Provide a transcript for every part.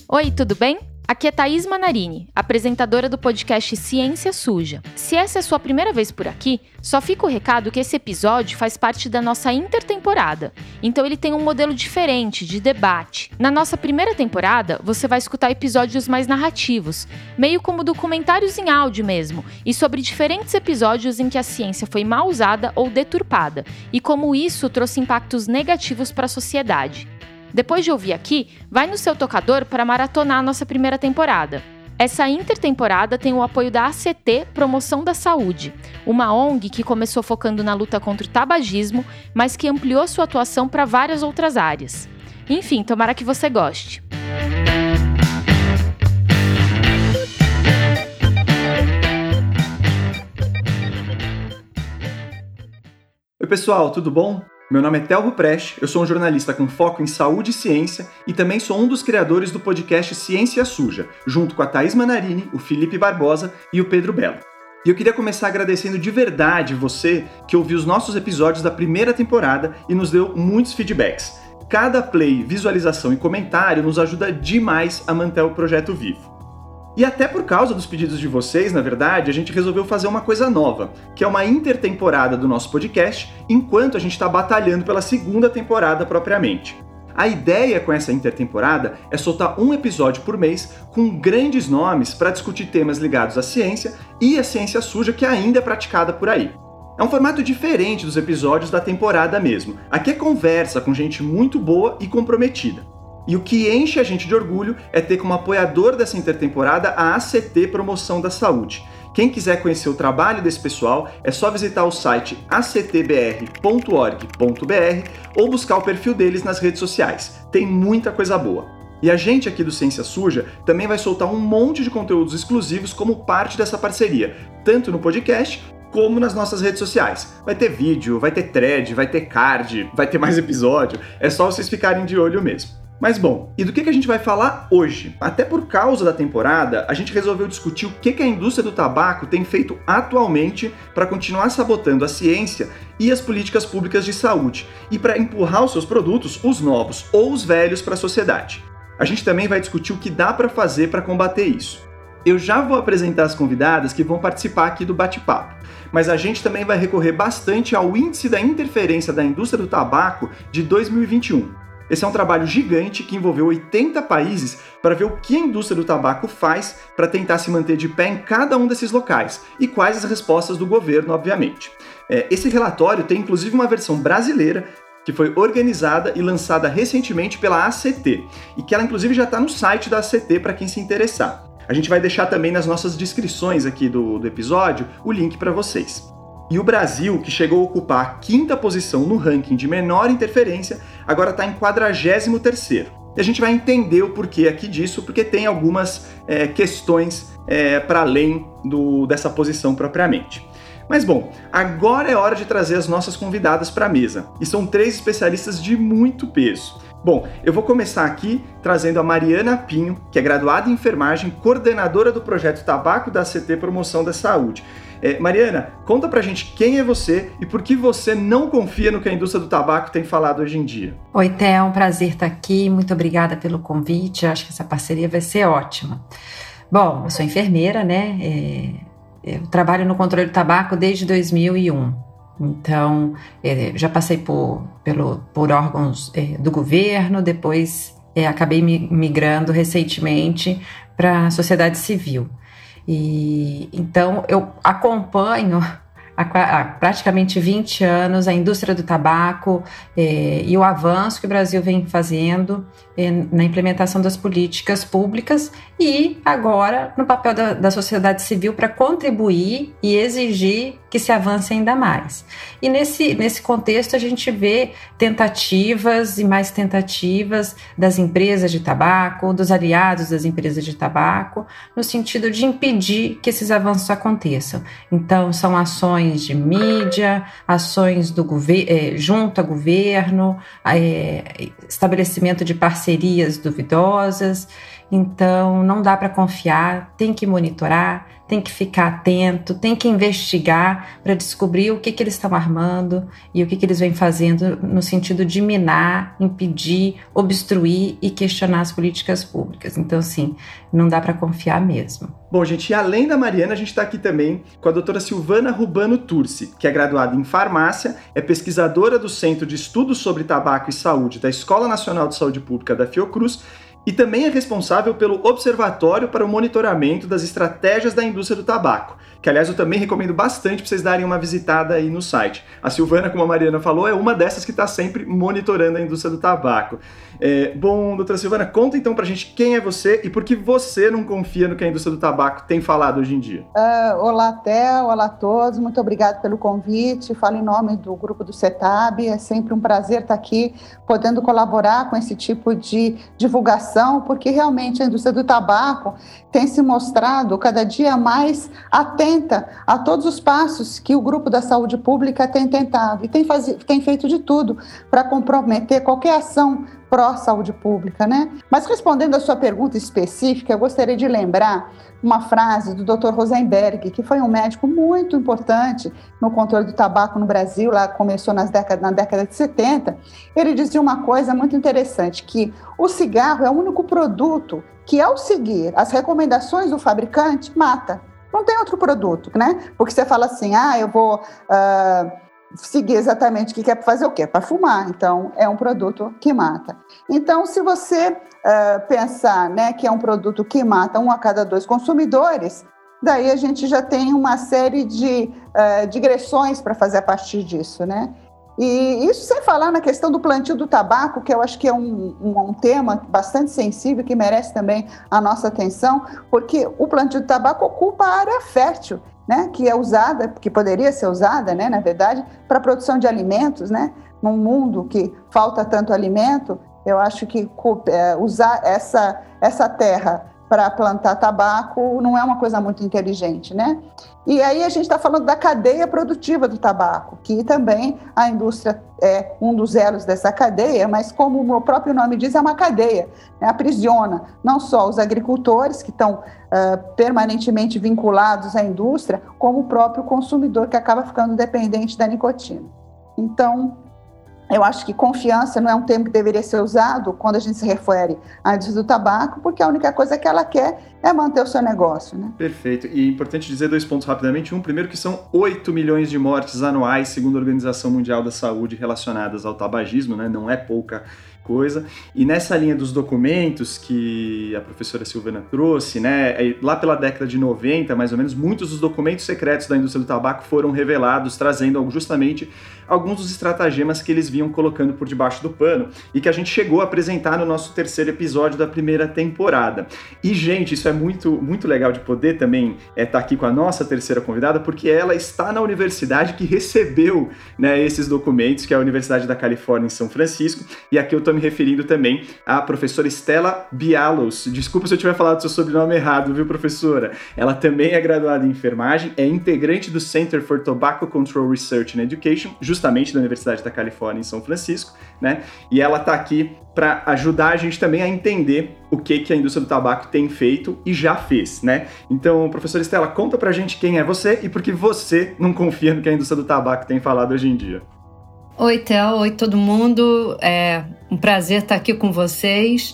Oi, tudo bem? Aqui é Thaís Manarini, apresentadora do podcast Ciência Suja. Se essa é a sua primeira vez por aqui, só fica o recado que esse episódio faz parte da nossa intertemporada, então ele tem um modelo diferente de debate. Na nossa primeira temporada, você vai escutar episódios mais narrativos, meio como documentários em áudio mesmo, e sobre diferentes episódios em que a ciência foi mal usada ou deturpada, e como isso trouxe impactos negativos para a sociedade. Depois de ouvir aqui, vai no seu tocador para maratonar a nossa primeira temporada. Essa intertemporada tem o apoio da ACT Promoção da Saúde, uma ONG que começou focando na luta contra o tabagismo, mas que ampliou sua atuação para várias outras áreas. Enfim, tomara que você goste. Oi pessoal, tudo bom? Meu nome é Telro Prest, eu sou um jornalista com foco em saúde e ciência e também sou um dos criadores do podcast Ciência Suja, junto com a Thaís Manarini, o Felipe Barbosa e o Pedro Belo. E eu queria começar agradecendo de verdade você que ouviu os nossos episódios da primeira temporada e nos deu muitos feedbacks. Cada play, visualização e comentário nos ajuda demais a manter o projeto vivo. E até por causa dos pedidos de vocês, na verdade, a gente resolveu fazer uma coisa nova, que é uma intertemporada do nosso podcast, enquanto a gente está batalhando pela segunda temporada propriamente. A ideia com essa intertemporada é soltar um episódio por mês com grandes nomes para discutir temas ligados à ciência e à ciência suja que ainda é praticada por aí. É um formato diferente dos episódios da temporada mesmo. Aqui é conversa com gente muito boa e comprometida. E o que enche a gente de orgulho é ter como apoiador dessa intertemporada a ACT Promoção da Saúde. Quem quiser conhecer o trabalho desse pessoal, é só visitar o site actbr.org.br ou buscar o perfil deles nas redes sociais. Tem muita coisa boa. E a gente aqui do Ciência Suja também vai soltar um monte de conteúdos exclusivos como parte dessa parceria, tanto no podcast como nas nossas redes sociais. Vai ter vídeo, vai ter thread, vai ter card, vai ter mais episódio, é só vocês ficarem de olho mesmo. Mas bom, e do que a gente vai falar hoje? Até por causa da temporada, a gente resolveu discutir o que a indústria do tabaco tem feito atualmente para continuar sabotando a ciência e as políticas públicas de saúde, e para empurrar os seus produtos, os novos ou os velhos, para a sociedade. A gente também vai discutir o que dá para fazer para combater isso. Eu já vou apresentar as convidadas que vão participar aqui do bate-papo, mas a gente também vai recorrer bastante ao Índice da Interferência da Indústria do Tabaco de 2021. Esse é um trabalho gigante que envolveu 80 países para ver o que a indústria do tabaco faz para tentar se manter de pé em cada um desses locais e quais as respostas do governo, obviamente. Esse relatório tem inclusive uma versão brasileira que foi organizada e lançada recentemente pela ACT e que ela inclusive já está no site da ACT para quem se interessar. A gente vai deixar também nas nossas descrições aqui do episódio o link para vocês. E o Brasil, que chegou a ocupar a 5ª posição no ranking de menor interferência, agora está em 43º. E a gente vai entender o porquê aqui disso, porque tem algumas questões para além dessa posição propriamente. Mas bom, agora é hora de trazer as nossas convidadas para a mesa. E são 3 especialistas de muito peso. Bom, eu vou começar aqui trazendo a Mariana Pinho, que é graduada em enfermagem, coordenadora do projeto Tabaco da ACT Promoção da Saúde. Mariana, conta pra gente quem é você e por que você não confia no que a indústria do tabaco tem falado hoje em dia. Oi, Theo, é um prazer estar aqui, muito obrigada pelo convite, acho que essa parceria vai ser ótima. Bom, eu sou enfermeira, né, eu trabalho no controle do tabaco desde 2001, então já passei por órgãos do governo, depois acabei migrando recentemente para a sociedade civil. E então eu acompanho há praticamente 20 anos a indústria do tabaco e o avanço que o Brasil vem fazendo na implementação das políticas públicas e agora no papel da sociedade civil para contribuir e exigir que se avance ainda mais. E nesse contexto a gente vê tentativas e mais tentativas das empresas de tabaco, dos aliados das empresas de tabaco, no sentido de impedir que esses avanços aconteçam. Então são ações de mídia, ações do junto ao governo, estabelecimento de parcerias duvidosas Então, não dá para confiar, tem que monitorar, tem que ficar atento, tem que investigar para descobrir o que eles estão armando e o que eles vêm fazendo no sentido de minar, impedir, obstruir e questionar as políticas públicas. Então, sim, não dá para confiar mesmo. Bom, gente, e além da Mariana, a gente está aqui também com a doutora Silvana Rubano Turci, que é graduada em farmácia, é pesquisadora do Centro de Estudos sobre Tabaco e Saúde da Escola Nacional de Saúde Pública da Fiocruz e também é responsável pelo Observatório para o Monitoramento das Estratégias da Indústria do Tabaco, que, aliás, eu também recomendo bastante para vocês darem uma visitada aí no site. A Silvana, como a Mariana falou, é uma dessas que está sempre monitorando a indústria do tabaco. Bom, doutora Silvana, conta então pra gente quem é você e por que você não confia no que a indústria do tabaco tem falado hoje em dia. Olá, Theo, olá a todos, muito obrigada pelo convite, falo em nome do grupo do CETAB, é sempre um prazer estar aqui, podendo colaborar com esse tipo de divulgação, porque realmente a indústria do tabaco tem se mostrado cada dia mais atenta a todos os passos que o grupo da saúde pública tem tentado e tem feito de tudo para comprometer qualquer ação pró-saúde pública, né? Mas respondendo a sua pergunta específica, eu gostaria de lembrar uma frase do Dr. Rosenberg, que foi um médico muito importante no controle do tabaco no Brasil, lá começou na década de 70. Ele dizia uma coisa muito interessante, que o cigarro é o único produto que, ao seguir as recomendações do fabricante, mata. Não tem outro produto, né? Porque você fala assim, eu vou seguir exatamente o que quer fazer o quê? Para fumar. Então, é um produto que mata. Então, se você pensar, né, que é um produto que mata 1 a cada 2 consumidores, daí a gente já tem uma série de digressões para fazer a partir disso, né? E isso sem falar na questão do plantio do tabaco, que eu acho que é um tema bastante sensível, que merece também a nossa atenção, porque o plantio do tabaco ocupa a área fértil, né, que é usada, que poderia ser usada, né, na verdade, para a produção de alimentos, né? Num mundo que falta tanto alimento, eu acho que usar essa terra para plantar tabaco não é uma coisa muito inteligente, né? E aí a gente está falando da cadeia produtiva do tabaco, que também a indústria é um dos elos dessa cadeia, mas como o próprio nome diz, é uma cadeia, né? Aprisiona não só os agricultores, que estão permanentemente vinculados à indústria, como o próprio consumidor, que acaba ficando dependente da nicotina. Então, eu acho que confiança não é um termo que deveria ser usado quando a gente se refere à indústria do tabaco, porque a única coisa que ela quer é manter o seu negócio, né? Perfeito. E é importante dizer 2 pontos rapidamente. Primeiro que são 8 milhões de mortes anuais, segundo a Organização Mundial da Saúde, relacionadas ao tabagismo, né? Não é pouca coisa. E nessa linha dos documentos que a professora Silvana trouxe, né, lá pela década de 90, mais ou menos, muitos dos documentos secretos da indústria do tabaco foram revelados, trazendo justamente alguns dos estratagemas que eles vinham colocando por debaixo do pano e que a gente chegou a apresentar no nosso 3º episódio da primeira temporada. E, gente, isso é muito, muito legal de poder também estar aqui com a nossa 3ª convidada, porque ela está na universidade que recebeu, né, esses documentos, que é a Universidade da Califórnia em São Francisco, e aqui eu estou me referindo também à professora Stella Bialos. Desculpa se eu tiver falado seu sobrenome errado, viu, professora? Ela também é graduada em enfermagem, é integrante do Center for Tobacco Control Research and Education, justamente da Universidade da Califórnia em São Francisco, né? E ela está aqui para ajudar a gente também a entender o que a indústria do tabaco tem feito e já fez, né? Então, professora Stella, conta pra gente quem é você e por que você não confia no que a indústria do tabaco tem falado hoje em dia. Oi, Theo. Oi, todo mundo. É um prazer estar aqui com vocês.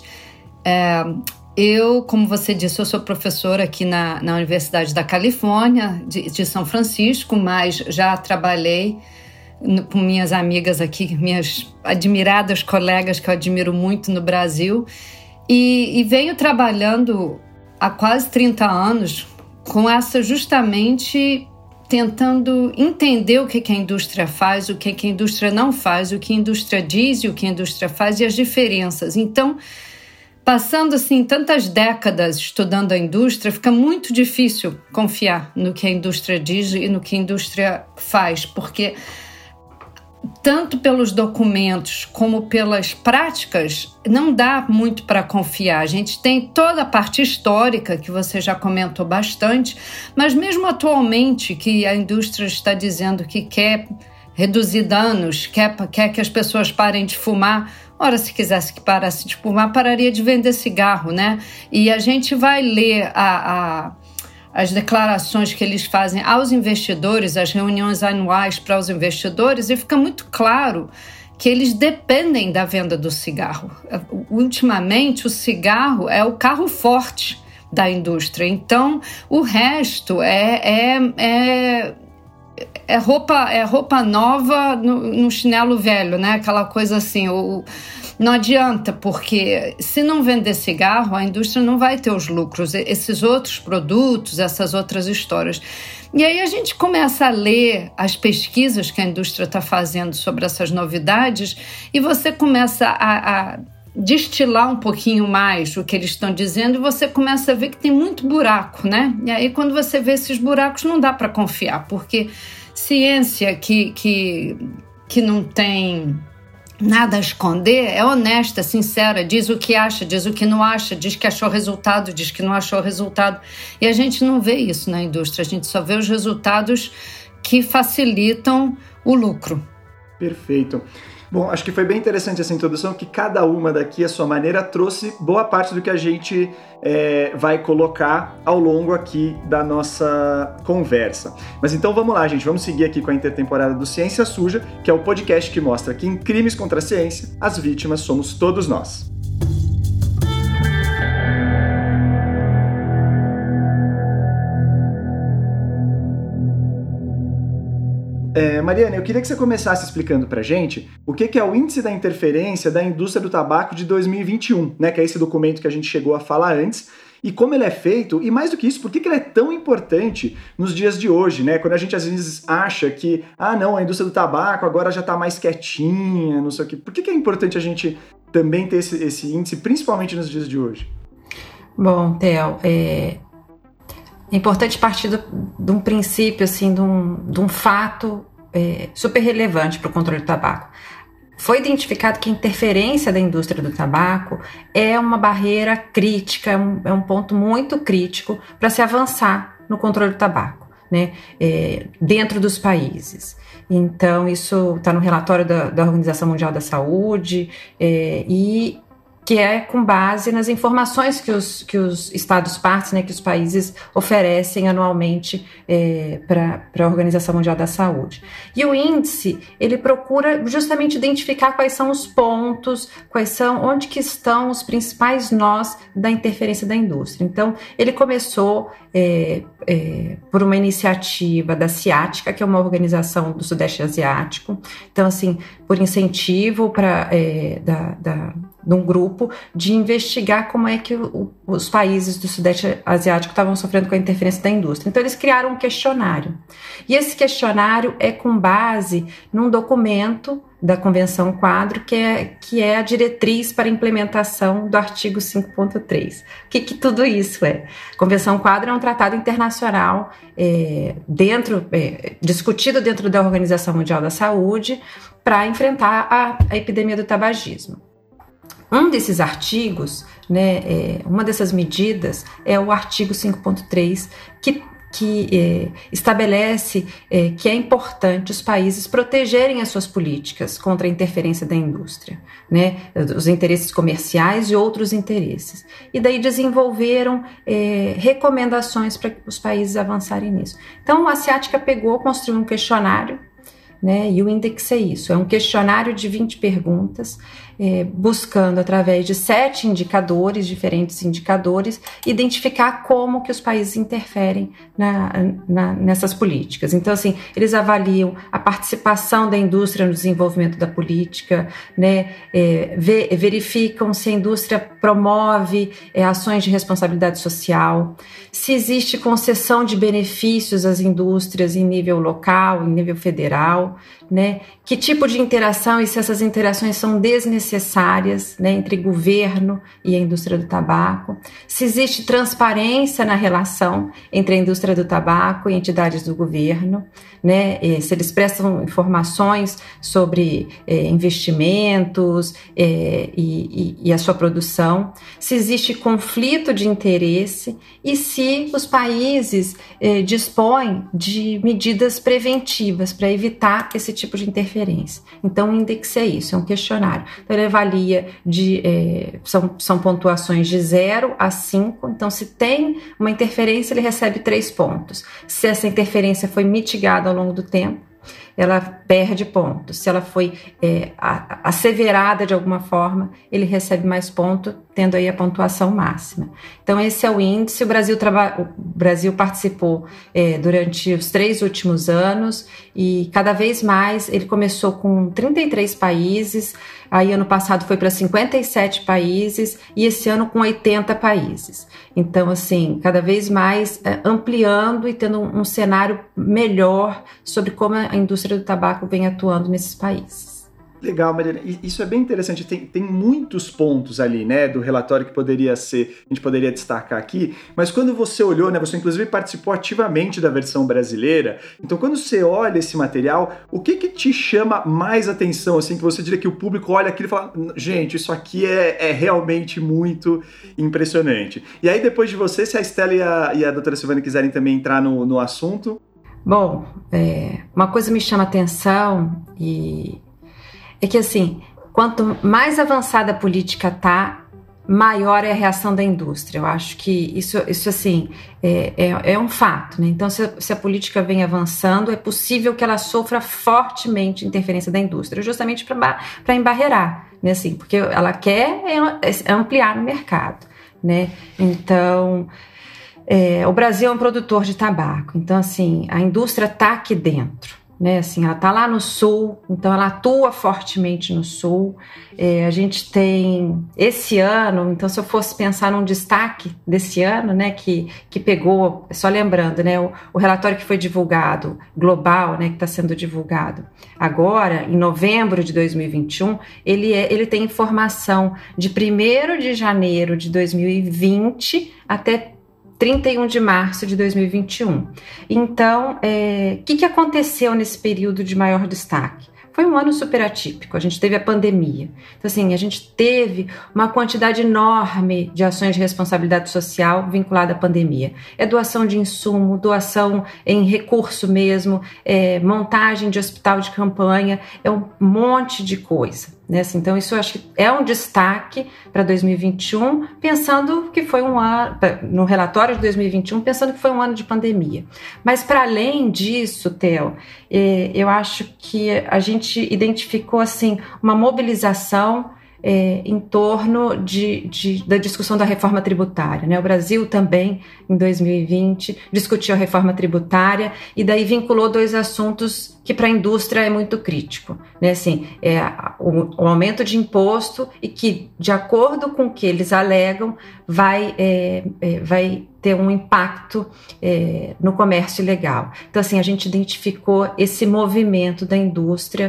Eu, como você disse, eu sou professora aqui na Universidade da Califórnia, de São Francisco, mas já trabalhei com minhas amigas aqui, minhas admiradas colegas que eu admiro muito no Brasil, e venho trabalhando há quase 30 anos com essa justamente tentando entender o que a indústria faz, o que a indústria não faz, o que a indústria diz e o que a indústria faz e as diferenças. Então, passando assim tantas décadas estudando a indústria, fica muito difícil confiar no que a indústria diz e no que a indústria faz, porque tanto pelos documentos como pelas práticas, não dá muito para confiar. A gente tem toda a parte histórica, que você já comentou bastante, mas mesmo atualmente, que a indústria está dizendo que quer reduzir danos, quer que as pessoas parem de fumar. Ora, se quisesse que parasse de fumar, pararia de vender cigarro, né? E a gente vai ler as declarações que eles fazem aos investidores, as reuniões anuais para os investidores, e fica muito claro que eles dependem da venda do cigarro. Ultimamente, o cigarro é o carro forte da indústria. Então, o resto é roupa nova no chinelo velho, né? Aquela coisa assim, não adianta, porque se não vender cigarro, a indústria não vai ter os lucros, esses outros produtos, essas outras histórias. E aí a gente começa a ler as pesquisas que a indústria está fazendo sobre essas novidades e você começa a destilar um pouquinho mais o que eles estão dizendo e você começa a ver que tem muito buraco, né? E aí quando você vê esses buracos não dá para confiar, porque ciência que não tem nada a esconder é honesta, sincera, diz o que acha, diz o que não acha, diz que achou resultado, diz que não achou resultado. E a gente não vê isso na indústria, a gente só vê os resultados que facilitam o lucro. Perfeito. Bom, acho que foi bem interessante essa introdução, que cada uma daqui, à sua maneira, trouxe boa parte do que a gente vai colocar ao longo aqui da nossa conversa. Mas então vamos lá, gente, vamos seguir aqui com a intertemporada do Ciência Suja, que é o podcast que mostra que em crimes contra a ciência, as vítimas somos todos nós. Mariana, eu queria que você começasse explicando pra gente o que é o Índice da Interferência da Indústria do Tabaco de 2021, né, que é esse documento que a gente chegou a falar antes, e como ele é feito, e mais do que isso, por que ele é tão importante nos dias de hoje, né? Quando a gente às vezes acha que, não, a indústria do tabaco agora já tá mais quietinha, não sei o quê. Por que é importante a gente também ter esse índice, principalmente nos dias de hoje? Bom, Theo, é importante partir de um princípio, assim, de um fato super relevante para o controle do tabaco. Foi identificado que a interferência da indústria do tabaco é uma barreira crítica, é um ponto muito crítico para se avançar no controle do tabaco, né, dentro dos países. Então, isso está no relatório da Organização Mundial da Saúde e que é com base nas informações que os Estados partes, né, que os países oferecem anualmente para a Organização Mundial da Saúde. E o índice, ele procura justamente identificar quais são os pontos, onde que estão os principais nós da interferência da indústria. Então, ele começou por uma iniciativa da Ciática, que é uma organização do Sudeste Asiático. Então, assim, por incentivo de um grupo de investigar como é que os países do Sudeste Asiático estavam sofrendo com a interferência da indústria. Então, eles criaram um questionário. E esse questionário é com base num documento da Convenção Quadro, que é a diretriz para a implementação do artigo 5.3. O que tudo isso é? A Convenção Quadro é um tratado internacional discutido dentro da Organização Mundial da Saúde para enfrentar a epidemia do tabagismo. Um desses artigos, né, uma dessas medidas é o artigo 5.3, que estabelece que é importante os países protegerem as suas políticas contra a interferência da indústria, né, os interesses comerciais e outros interesses. E daí desenvolveram recomendações para os países avançarem nisso. Então, a Ciática construiu um questionário, né, e o índice é isso, é um questionário de 20 perguntas, buscando através de 7 diferentes indicadores, identificar como que os países interferem nessas políticas. Então, assim, eles avaliam a participação da indústria no desenvolvimento da política, né, verificam se a indústria promove ações de responsabilidade social, se existe concessão de benefícios às indústrias em nível local, em nível federal, né, que tipo de interação e se essas interações são desnecessárias, né, entre governo e a indústria do tabaco, se existe transparência na relação entre a indústria do tabaco e entidades do governo, né, se eles prestam informações sobre investimentos e a sua produção, se existe conflito de interesse e se os países dispõem de medidas preventivas para evitar há esse tipo de interferência. Então, o índice é isso, é um questionário. Então, ele avalia são pontuações de 0 a 5. Então, se tem uma interferência, ele recebe 3 pontos. Se essa interferência foi mitigada ao longo do tempo, ela perde pontos. Se ela foi asseverada de alguma forma, ele recebe mais pontos, tendo aí a pontuação máxima. Então, esse é o índice. O Brasil participou durante os 3 últimos anos e cada vez mais ele começou com 33 países, aí ano passado foi para 57 países e esse ano com 80 países. Então, assim, cada vez mais ampliando e tendo um cenário melhor sobre como a indústria do tabaco vem atuando nesses países. Legal, Mariana. Isso é bem interessante. Tem muitos pontos ali, né, do relatório que a gente poderia destacar aqui, mas quando você olhou, né, você inclusive participou ativamente da versão brasileira, então quando você olha esse material, o que te chama mais atenção, assim, que você diria que o público olha aquilo e fala, gente, isso aqui é realmente muito impressionante. E aí, depois de você, se a Estela e a doutora Silvana quiserem também entrar no assunto. Bom, uma coisa me chama atenção é que, assim, quanto mais avançada a política está, maior é a reação da indústria. Eu acho que isso assim, é um fato, né? Então, se a política vem avançando, é possível que ela sofra fortemente interferência da indústria, justamente para embarrear, né? Assim, porque ela quer ampliar no mercado, né? Então, o Brasil é um produtor de tabaco, então, assim, a indústria está aqui dentro. Né, assim, ela está lá no sul, então ela atua fortemente no sul. A gente tem esse ano, então se eu fosse pensar num destaque desse ano, né, que pegou, só lembrando, né, o relatório que foi divulgado, global, né, que está sendo divulgado agora, em novembro de 2021, ele tem informação de 1º de janeiro de 2020 até 31 de março de 2021. Então, o que aconteceu nesse período de maior destaque? Foi um ano super atípico, a gente teve a pandemia. Então, assim, a gente teve uma quantidade enorme de ações de responsabilidade social vinculada à pandemia. Doação de insumo, doação em recurso mesmo, montagem de hospital de campanha, um monte de coisa. Né? Assim, então, isso eu acho que é um destaque para 2021, pensando que foi um ano, no relatório de 2021, pensando que foi um ano de pandemia. Mas, para além disso, Theo, eu acho que a gente identificou assim, uma mobilização em torno da discussão da reforma tributária. Né? O Brasil também, em 2020, discutiu a reforma tributária e daí vinculou 2 assuntos que para a indústria é muito crítico. Né? Assim, o aumento de imposto e que, de acordo com o que eles alegam, vai ter um impacto no comércio ilegal. Então, assim, a gente identificou esse movimento da indústria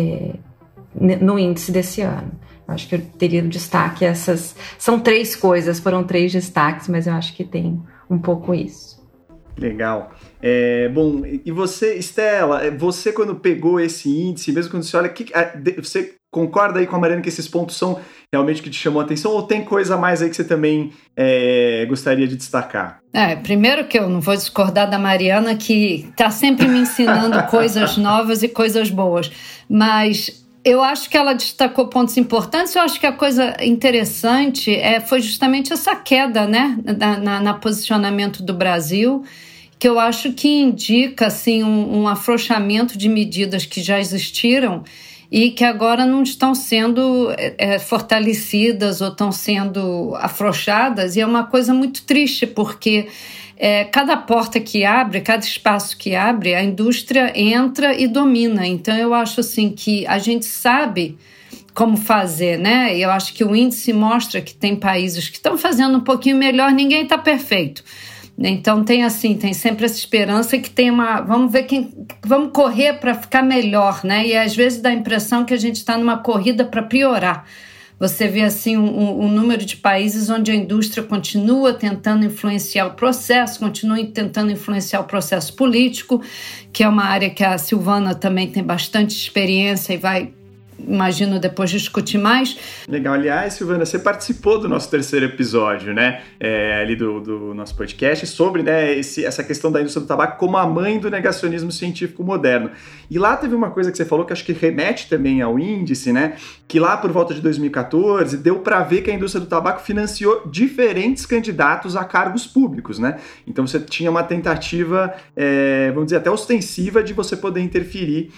no índice desse ano. Acho que eu teria no destaque essas... São 3 coisas, foram 3 destaques, mas eu acho que tem um pouco isso. Legal. Bom, e você, Estela, você quando pegou esse índice, mesmo quando você olha, você concorda aí com a Mariana que esses pontos são realmente que te chamou a atenção ou tem coisa a mais aí que você também gostaria de destacar? Primeiro que eu não vou discordar da Mariana, que está sempre me ensinando coisas novas e coisas boas, mas... Eu acho que ela destacou pontos importantes. Eu acho que a coisa interessante foi justamente essa queda, né, na posicionamento do Brasil, que eu acho que indica assim, um afrouxamento de medidas que já existiram e que agora não estão sendo fortalecidas ou estão sendo afrouxadas. E é uma coisa muito triste, porque... cada porta que abre, cada espaço que abre, a indústria entra e domina. Então, eu acho assim que a gente sabe como fazer, né? Eu acho que o índice mostra que tem países que estão fazendo um pouquinho melhor, ninguém está perfeito. Então, tem sempre essa esperança que tem vamos correr para ficar melhor, né? E às vezes dá a impressão que a gente está numa corrida para piorar. Você vê assim um número de países onde a indústria continua tentando influenciar o processo, continua tentando influenciar o processo político, que é uma área que a Silvana também tem bastante experiência e vai imagino depois discutir mais. Legal. Aliás, Silvana, você participou do nosso terceiro episódio, né, ali do nosso podcast, sobre, né, essa questão da indústria do tabaco como a mãe do negacionismo científico moderno. E lá teve uma coisa que você falou que acho que remete também ao índice, né, que lá por volta de 2014 deu para ver que a indústria do tabaco financiou diferentes candidatos a cargos públicos, né? Então você tinha uma tentativa, vamos dizer, até ostensiva de você poder interferir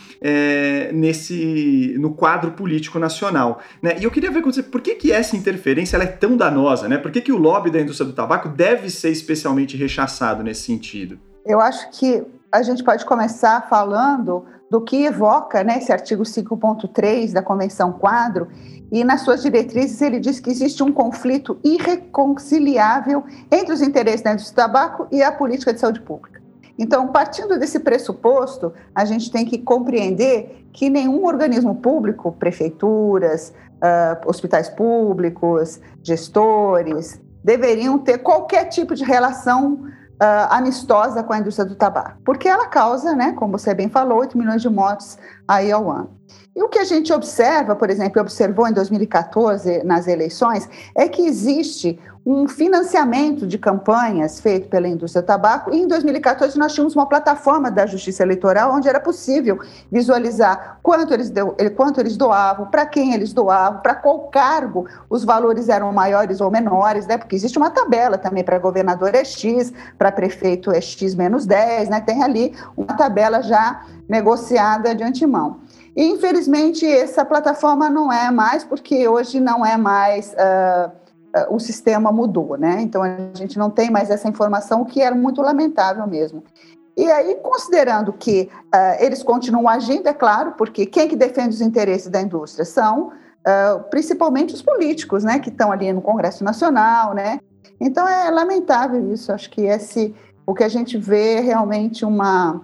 no quadro político nacional, né? E eu queria ver com você, por que essa interferência ela é tão danosa, né? Por que o lobby da indústria do tabaco deve ser especialmente rechaçado nesse sentido? Eu acho que a gente pode começar falando do que evoca, né, esse artigo 5.3 da Convenção Quadro, e nas suas diretrizes ele diz que existe um conflito irreconciliável entre os interesses da indústria do tabaco e a política de saúde pública. Então, partindo desse pressuposto, a gente tem que compreender que nenhum organismo público, prefeituras, hospitais públicos, gestores, deveriam ter qualquer tipo de relação amistosa com a indústria do tabaco, porque ela causa, né, como você bem falou, 8 milhões de mortes aí ao ano. E o que a gente observa, por exemplo, observou em 2014 nas eleições, é que existe um financiamento de campanhas feito pela indústria do tabaco, e em 2014 nós tínhamos uma plataforma da Justiça Eleitoral onde era possível visualizar quanto eles doavam, para quem eles doavam, para qual cargo os valores eram maiores ou menores, né? Porque existe uma tabela também para governador é X, para prefeito é X menos 10, né? Tem ali uma tabela já negociada de antemão. E, infelizmente, essa plataforma não é mais, porque hoje não é mais... o sistema mudou, né? Então, a gente não tem mais essa informação, o que era muito lamentável mesmo. E aí, considerando que eles continuam agindo, é claro, porque quem que defende os interesses da indústria são principalmente os políticos, né? Que estão ali no Congresso Nacional, né? Então, é lamentável isso. Acho que o que a gente vê é realmente um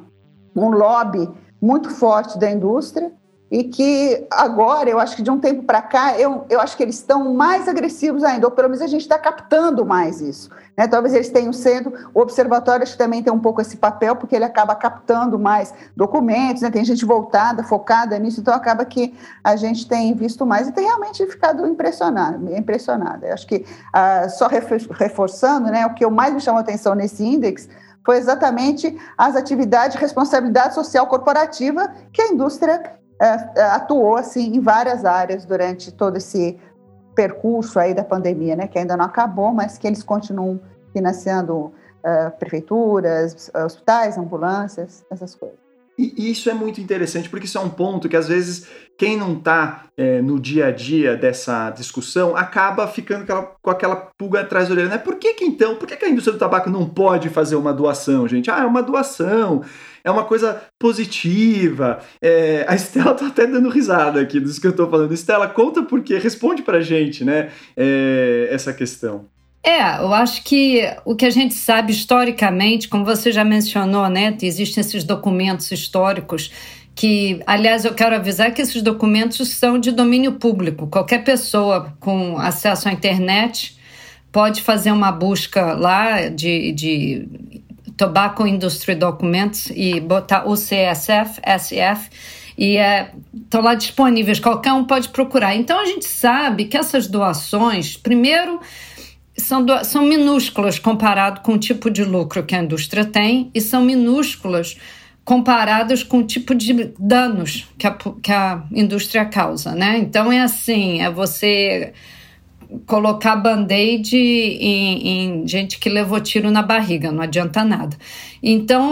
lobby muito forte da indústria, e que agora, eu acho que de um tempo para cá, eu acho que eles estão mais agressivos ainda, ou pelo menos a gente está captando mais isso, né? Talvez eles tenham sido, o observatório acho que também tem um pouco esse papel, porque ele acaba captando mais documentos, né? Tem gente focada nisso, então acaba que a gente tem visto mais e tem realmente ficado impressionada. Eu acho que, só reforçando, né, o que mais me chamou a atenção nesse índice foi exatamente as atividades de responsabilidade social corporativa que a indústria atuou assim, em várias áreas durante todo esse percurso aí da pandemia, né, que ainda não acabou, mas que eles continuam financiando prefeituras, hospitais, ambulâncias, essas coisas. E isso é muito interessante, porque isso é um ponto que, às vezes, quem não está no dia a dia dessa discussão acaba ficando com aquela pulga atrás da orelha, né? Por que a indústria do tabaco não pode fazer uma doação, gente? É uma doação, é uma coisa positiva. A Estela está até dando risada aqui disso que eu estou falando. Estela, conta por quê, responde pra gente, né, essa questão. Eu acho que o que a gente sabe historicamente, como você já mencionou, né, existem esses documentos históricos que, aliás, eu quero avisar que esses documentos são de domínio público. Qualquer pessoa com acesso à internet pode fazer uma busca lá de Tobacco Industry Documents e botar UCSF, SF, e estão lá disponíveis, qualquer um pode procurar. Então, a gente sabe que essas doações, primeiro, são minúsculas comparado com o tipo de lucro que a indústria tem e são minúsculas comparadas com o tipo de danos que a indústria causa, né? Então, é você colocar band-aid em gente que levou tiro na barriga, não adianta nada. Então,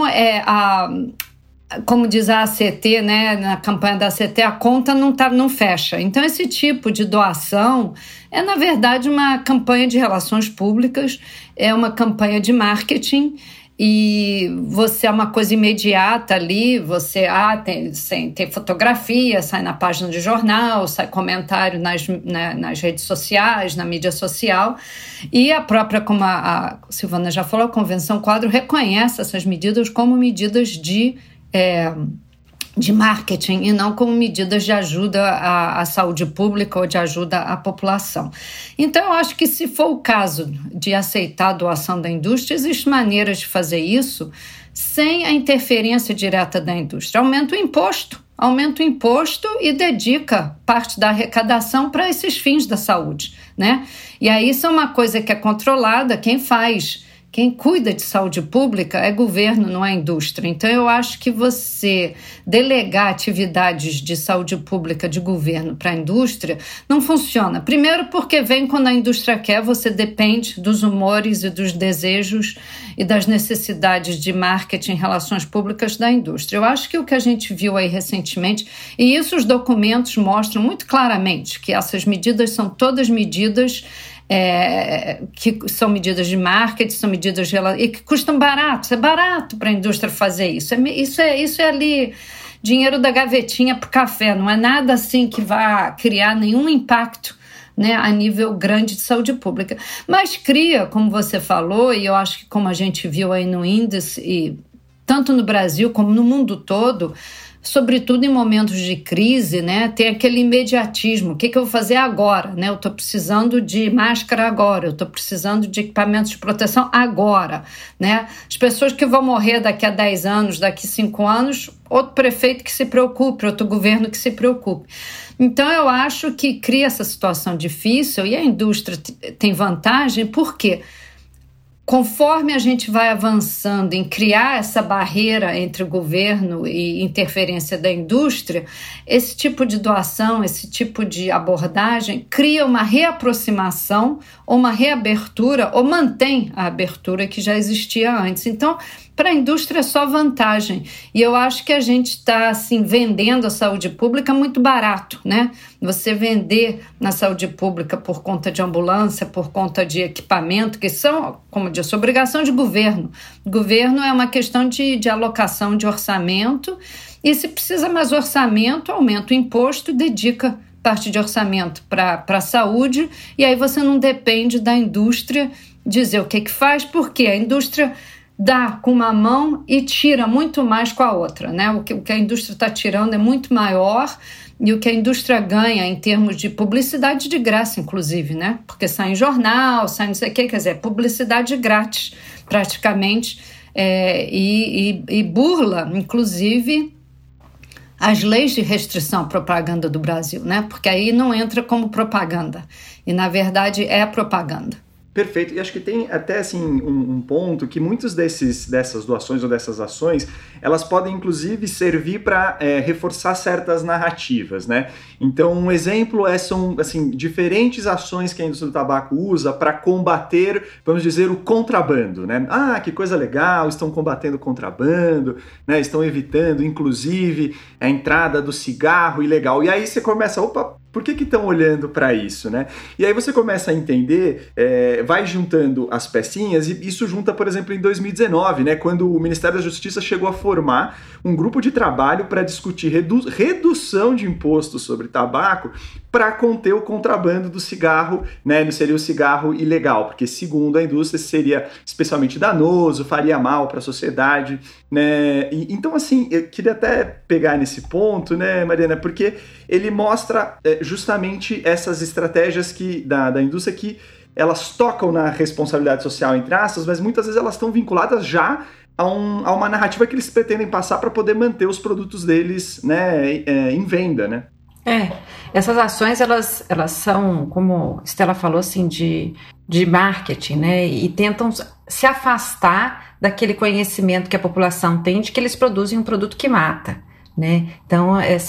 como diz a ACT, né, na campanha da ACT, a conta não fecha. Então, esse tipo de doação é, na verdade, uma campanha de relações públicas, é uma campanha de marketing, e você é uma coisa imediata ali, você tem fotografia, sai na página de jornal, sai comentário nas redes sociais, na mídia social, e a própria, como a Silvana já falou, a Convenção Quadro reconhece essas medidas como medidas de marketing e não como medidas de ajuda à saúde pública ou de ajuda à população. Então, eu acho que se for o caso de aceitar a doação da indústria, existem maneiras de fazer isso sem a interferência direta da indústria. Aumenta o imposto, aumenta o imposto e dedica parte da arrecadação para esses fins da saúde, né? E aí isso é uma coisa que é controlada, quem cuida de saúde pública é governo, não é indústria. Então, eu acho que você delegar atividades de saúde pública de governo para a indústria não funciona. Primeiro porque vem quando a indústria quer, você depende dos humores e dos desejos e das necessidades de marketing e relações públicas da indústria. Eu acho que o que a gente viu aí recentemente, e isso os documentos mostram muito claramente, que essas medidas são todas medidas que são medidas de marketing, são medidas e que custam barato. É barato para a indústria fazer isso. Isso é ali dinheiro da gavetinha para o café. Não é nada assim que vá criar nenhum impacto, né, a nível grande de saúde pública. Mas cria, como você falou, e eu acho que como a gente viu aí no índice, e tanto no Brasil como no mundo todo, sobretudo em momentos de crise, né, tem aquele imediatismo. O que eu vou fazer agora? Né? Eu estou precisando de máscara agora, eu estou precisando de equipamentos de proteção agora. Né? As pessoas que vão morrer daqui a 10 anos, daqui a 5 anos, outro prefeito que se preocupe, outro governo que se preocupe. Então, eu acho que cria essa situação difícil e a indústria tem vantagem porque conforme a gente vai avançando em criar essa barreira entre o governo e interferência da indústria, esse tipo de doação, esse tipo de abordagem cria uma reaproximação ou uma reabertura ou mantém a abertura que já existia antes. Então, para a indústria é só vantagem. E eu acho que a gente está assim, vendendo a saúde pública muito barato, né? Você vender na saúde pública por conta de ambulância, por conta de equipamento, que são, como eu disse, obrigação de governo. Governo é uma questão de alocação de orçamento, e se precisa mais orçamento, aumenta o imposto e dedica parte de orçamento para a saúde, e aí você não depende da indústria dizer o que faz, porque a indústria dá com uma mão e tira muito mais com a outra, né? O que a indústria está tirando é muito maior e o que a indústria ganha em termos de publicidade de graça, inclusive, né? Porque sai em jornal, sai não sei o quê, quer dizer, publicidade grátis, praticamente, e burla, inclusive, as leis de restrição à propaganda do Brasil, né? Porque aí não entra como propaganda e, na verdade, é propaganda. Perfeito, e acho que tem até assim um ponto que muitos dessas doações ou dessas ações, elas podem inclusive servir para reforçar certas narrativas, né? Então um exemplo são assim, diferentes ações que a indústria do tabaco usa para combater, vamos dizer, o contrabando, né? Ah, que coisa legal, estão combatendo o contrabando, né? Estão evitando inclusive a entrada do cigarro ilegal, e aí você começa, opa, por que estão olhando para isso, né? E aí você começa a entender, vai juntando as pecinhas, e isso junta, por exemplo, em 2019, né, quando o Ministério da Justiça chegou a formar um grupo de trabalho para discutir redução de impostos sobre tabaco para conter o contrabando do cigarro, né, seria o cigarro ilegal, porque segundo a indústria seria especialmente danoso, faria mal para a sociedade, né? Então, assim, eu queria até pegar nesse ponto, né, Mariana, porque ele mostra justamente essas estratégias da indústria que elas tocam na responsabilidade social, entre aspas, mas muitas vezes elas estão vinculadas já a uma narrativa que eles pretendem passar para poder manter os produtos deles, né, em venda, né? Essas ações, elas são, como Estela falou, assim, de marketing, né, e tentam se afastar daquele conhecimento que a população tem de que eles produzem um produto que mata, né? Então,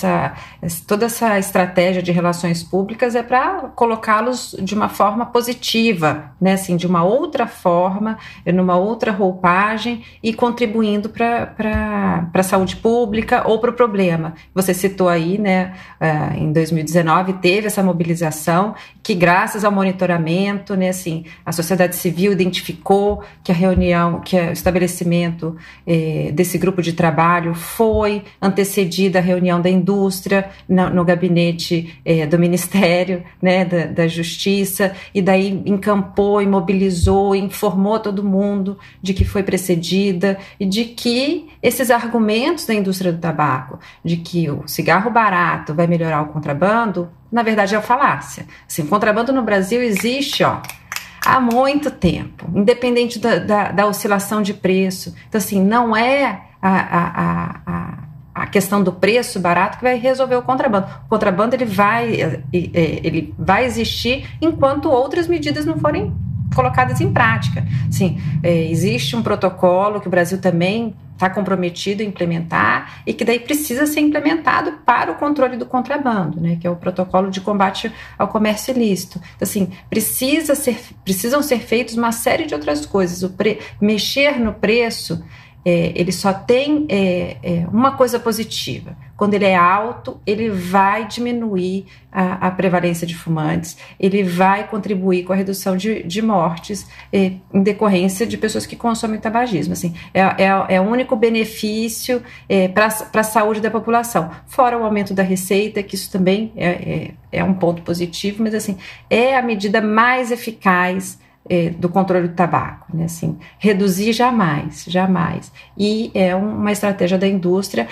toda essa estratégia de relações públicas é para colocá-los de uma forma positiva, né? Assim, de uma outra forma, numa outra roupagem e contribuindo para a saúde pública ou para o problema. Você citou aí, né, em 2019 teve essa mobilização que, graças ao monitoramento, né, assim, a sociedade civil identificou que o estabelecimento desse grupo de trabalho foi antecedida a reunião da indústria no gabinete do Ministério, né, da Justiça, e daí encampou e mobilizou e informou todo mundo de que foi precedida e de que esses argumentos da indústria do tabaco, de que o cigarro barato vai melhorar o contrabando, na verdade é uma falácia. Assim, o contrabando no Brasil existe, há muito tempo, independente da oscilação de preço. Então, assim, não é a questão do preço barato que vai resolver o contrabando. O contrabando ele vai existir enquanto outras medidas não forem colocadas em prática. Sim, existe um protocolo que o Brasil também está comprometido em implementar e que daí precisa ser implementado para o controle do contrabando, né, que é o protocolo de combate ao comércio ilícito. Então, assim, precisam ser feitas uma série de outras coisas. Mexer no preço, ele só tem uma coisa positiva. Quando ele é alto, ele vai diminuir a prevalência de fumantes, ele vai contribuir com a redução de mortes em decorrência de pessoas que consomem tabagismo. Assim, é o único benefício para a saúde da população. Fora o aumento da receita, que isso também é um ponto positivo, mas assim, é a medida mais eficaz do controle do tabaco, né? Assim, reduzir jamais. E é uma estratégia da indústria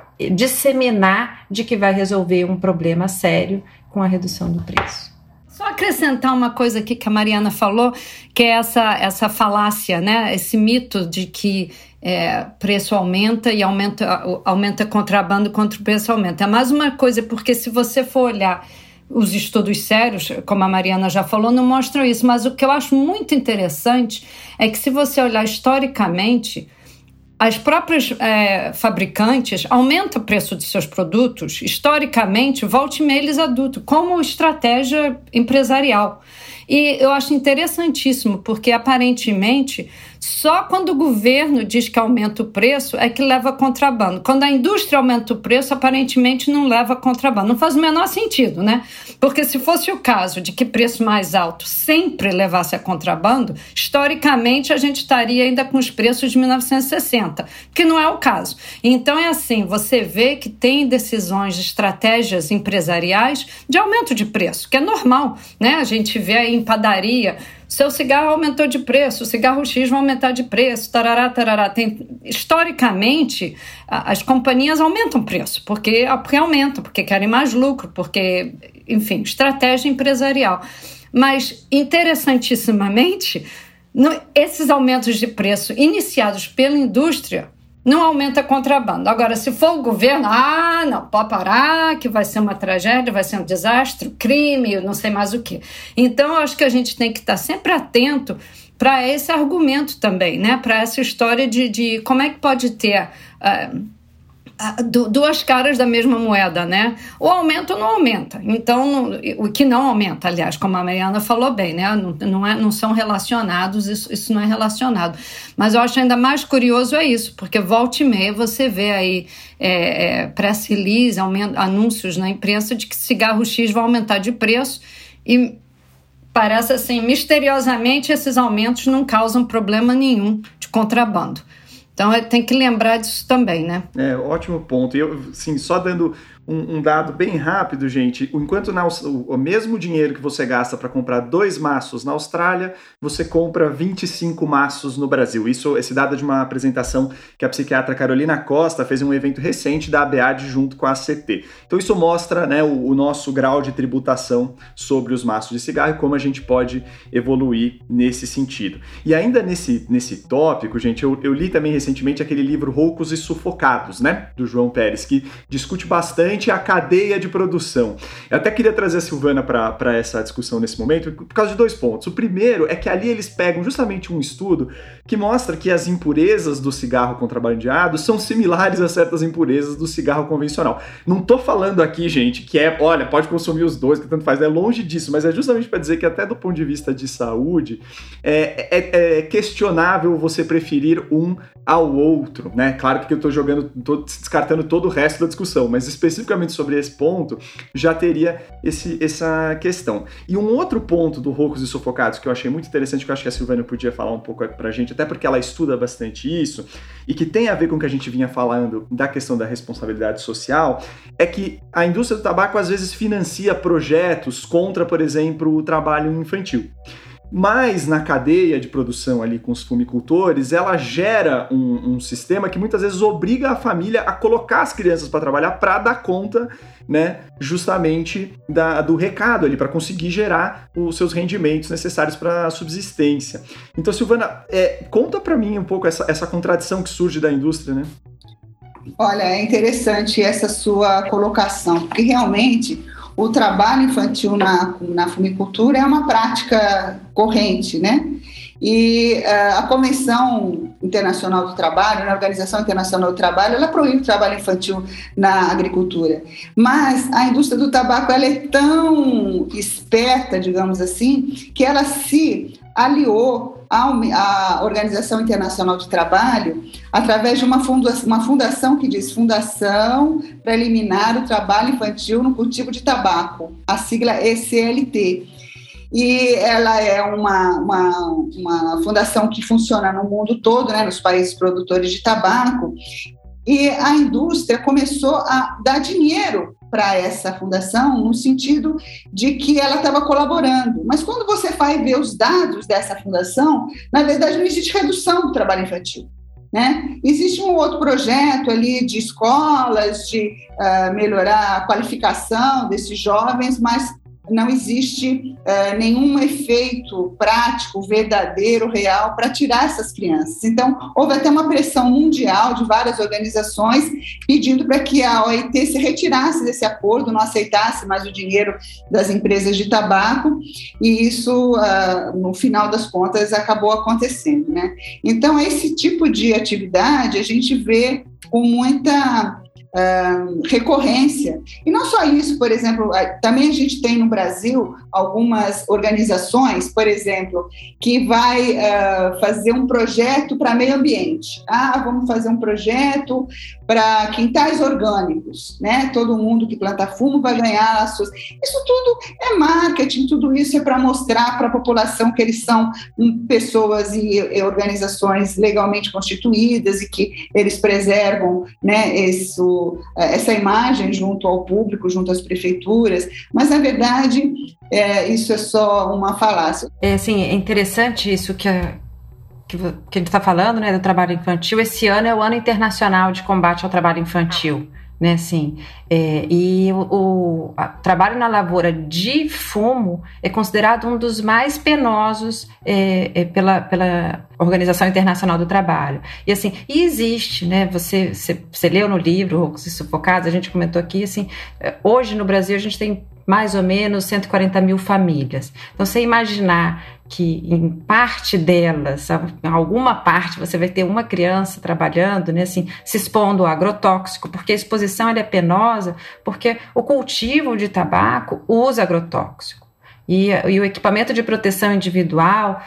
disseminar de que vai resolver um problema sério com a redução do preço. Só acrescentar uma coisa aqui que a Mariana falou, que é essa falácia, né? Esse mito de que preço aumenta e aumenta contrabando contra o preço aumenta. É mais uma coisa, porque se você for olhar os estudos sérios, como a Mariana já falou, não mostram isso, mas o que eu acho muito interessante é que se você olhar historicamente, as próprias fabricantes aumentam o preço de seus produtos, historicamente, volta e meia eles adultos, como estratégia empresarial. E eu acho interessantíssimo, porque aparentemente só quando o governo diz que aumenta o preço é que leva contrabando. Quando a indústria aumenta o preço, aparentemente não leva contrabando. Não faz o menor sentido, né? Porque se fosse o caso de que preço mais alto sempre levasse a contrabando, historicamente a gente estaria ainda com os preços de 1960, que não é o caso. Então é assim, você vê que tem decisões, estratégias empresariais de aumento de preço, que é normal, né? A gente vê aí em padaria, seu cigarro aumentou de preço, o cigarro X vai aumentar de preço, tarará. Historicamente, as companhias aumentam o preço, porque aumentam, porque querem mais lucro, porque, enfim, estratégia empresarial. Mas, interessantissimamente, esses aumentos de preço iniciados pela indústria não aumenta contrabando. Agora, se for o governo, não, pode parar, que vai ser uma tragédia, vai ser um desastre, crime, não sei mais o quê. Então, eu acho que a gente tem que estar sempre atento para esse argumento também, né? Para essa história de como é que pode ter duas caras da mesma moeda, né? Ou aumenta ou não aumenta. Então, o que não aumenta, aliás, como a Mariana falou bem, né? Não são relacionados, isso não é relacionado. Mas eu acho ainda mais curioso isso, porque volta e meia você vê aí press release, anúncios na imprensa de que cigarro X vai aumentar de preço e parece assim, misteriosamente esses aumentos não causam problema nenhum de contrabando. Então, tem que lembrar disso também, né? Ótimo ponto. E eu, assim, só dando um dado bem rápido, gente. Enquanto o mesmo dinheiro que você gasta para comprar 2 maços na Austrália, você compra 25 maços no Brasil. Esse dado é de uma apresentação que a psiquiatra Carolina Costa fez em um evento recente da ABAD junto com a ACT. Então isso mostra, né, o nosso grau de tributação sobre os maços de cigarro e como a gente pode evoluir nesse sentido. E ainda nesse tópico, gente, eu li também recentemente aquele livro Roucos e Sufocados, né, do João Pérez, que discute bastante a cadeia de produção. Eu até queria trazer a Silvana para essa discussão nesse momento por causa de 2 pontos. O primeiro é que ali eles pegam justamente um estudo que mostra que as impurezas do cigarro contrabandeado são similares a certas impurezas do cigarro convencional. Não tô falando aqui, gente, que olha, pode consumir os dois, que tanto faz, é longe disso, mas é justamente para dizer que até do ponto de vista de saúde, é questionável você preferir um ao outro, né? Claro que eu tô descartando todo o resto da discussão, mas especificamente sobre esse ponto, já teria essa questão. E um outro ponto do Roucos e Sufocados que eu achei muito interessante, que eu acho que a Silvana podia falar um pouco pra gente, até porque ela estuda bastante isso, e que tem a ver com o que a gente vinha falando da questão da responsabilidade social, é que a indústria do tabaco às vezes financia projetos contra, por exemplo, o trabalho infantil. Mas na cadeia de produção ali com os fumicultores, ela gera um sistema que muitas vezes obriga a família a colocar as crianças para trabalhar para dar conta, né, justamente do recado ali, para conseguir gerar os seus rendimentos necessários para a subsistência. Então, Silvana, conta para mim um pouco essa contradição que surge da indústria, né? Olha, é interessante essa sua colocação, porque realmente o trabalho infantil na fumicultura é uma prática corrente, né? E a Convenção Internacional do Trabalho, a Organização Internacional do Trabalho, ela proíbe o trabalho infantil na agricultura. Mas a indústria do tabaco ela é tão esperta, digamos assim, que ela se aliou à Organização Internacional do Trabalho através de uma fundação que diz Fundação para Eliminar o Trabalho Infantil no Cultivo de Tabaco, a sigla ECLT. E ela é uma fundação que funciona no mundo todo, né, nos países produtores de tabaco, e a indústria começou a dar dinheiro para essa fundação, no sentido de que ela estava colaborando. Mas quando você vai ver os dados dessa fundação, na verdade não existe redução do trabalho infantil, né? Existe um outro projeto ali de escolas, de melhorar a qualificação desses jovens, mas não existe nenhum efeito prático, verdadeiro, real, para tirar essas crianças. Então, houve até uma pressão mundial de várias organizações pedindo para que a OIT se retirasse desse acordo, não aceitasse mais o dinheiro das empresas de tabaco, e isso, no final das contas, acabou acontecendo, né? Então, esse tipo de atividade a gente vê com muita recorrência. E não só isso, por exemplo, também a gente tem no Brasil algumas organizações, por exemplo, que vai fazer um projeto para meio ambiente. Vamos fazer um projeto para quintais orgânicos, né? Todo mundo que planta fumo vai ganhar as suas... Isso tudo é marketing, tudo isso é para mostrar para a população que eles são pessoas e organizações legalmente constituídas e que eles preservam, né, essa imagem junto ao público, junto às prefeituras, mas, na verdade, isso é só uma falácia. É interessante isso que a gente está falando, né, do trabalho infantil. Esse ano é o Ano Internacional de Combate ao Trabalho Infantil, né, assim, e o trabalho na lavoura de fumo é considerado um dos mais penosos pela Organização Internacional do Trabalho. E assim, existe, né, você leu no livro, Roucos e Sufocados, a gente comentou aqui, assim, hoje no Brasil a gente tem mais ou menos 140 mil famílias. Então, você imaginar que em parte delas, em alguma parte, você vai ter uma criança trabalhando, né, assim, se expondo ao agrotóxico, porque a exposição ela é penosa, porque o cultivo de tabaco usa agrotóxico. E o equipamento de proteção individual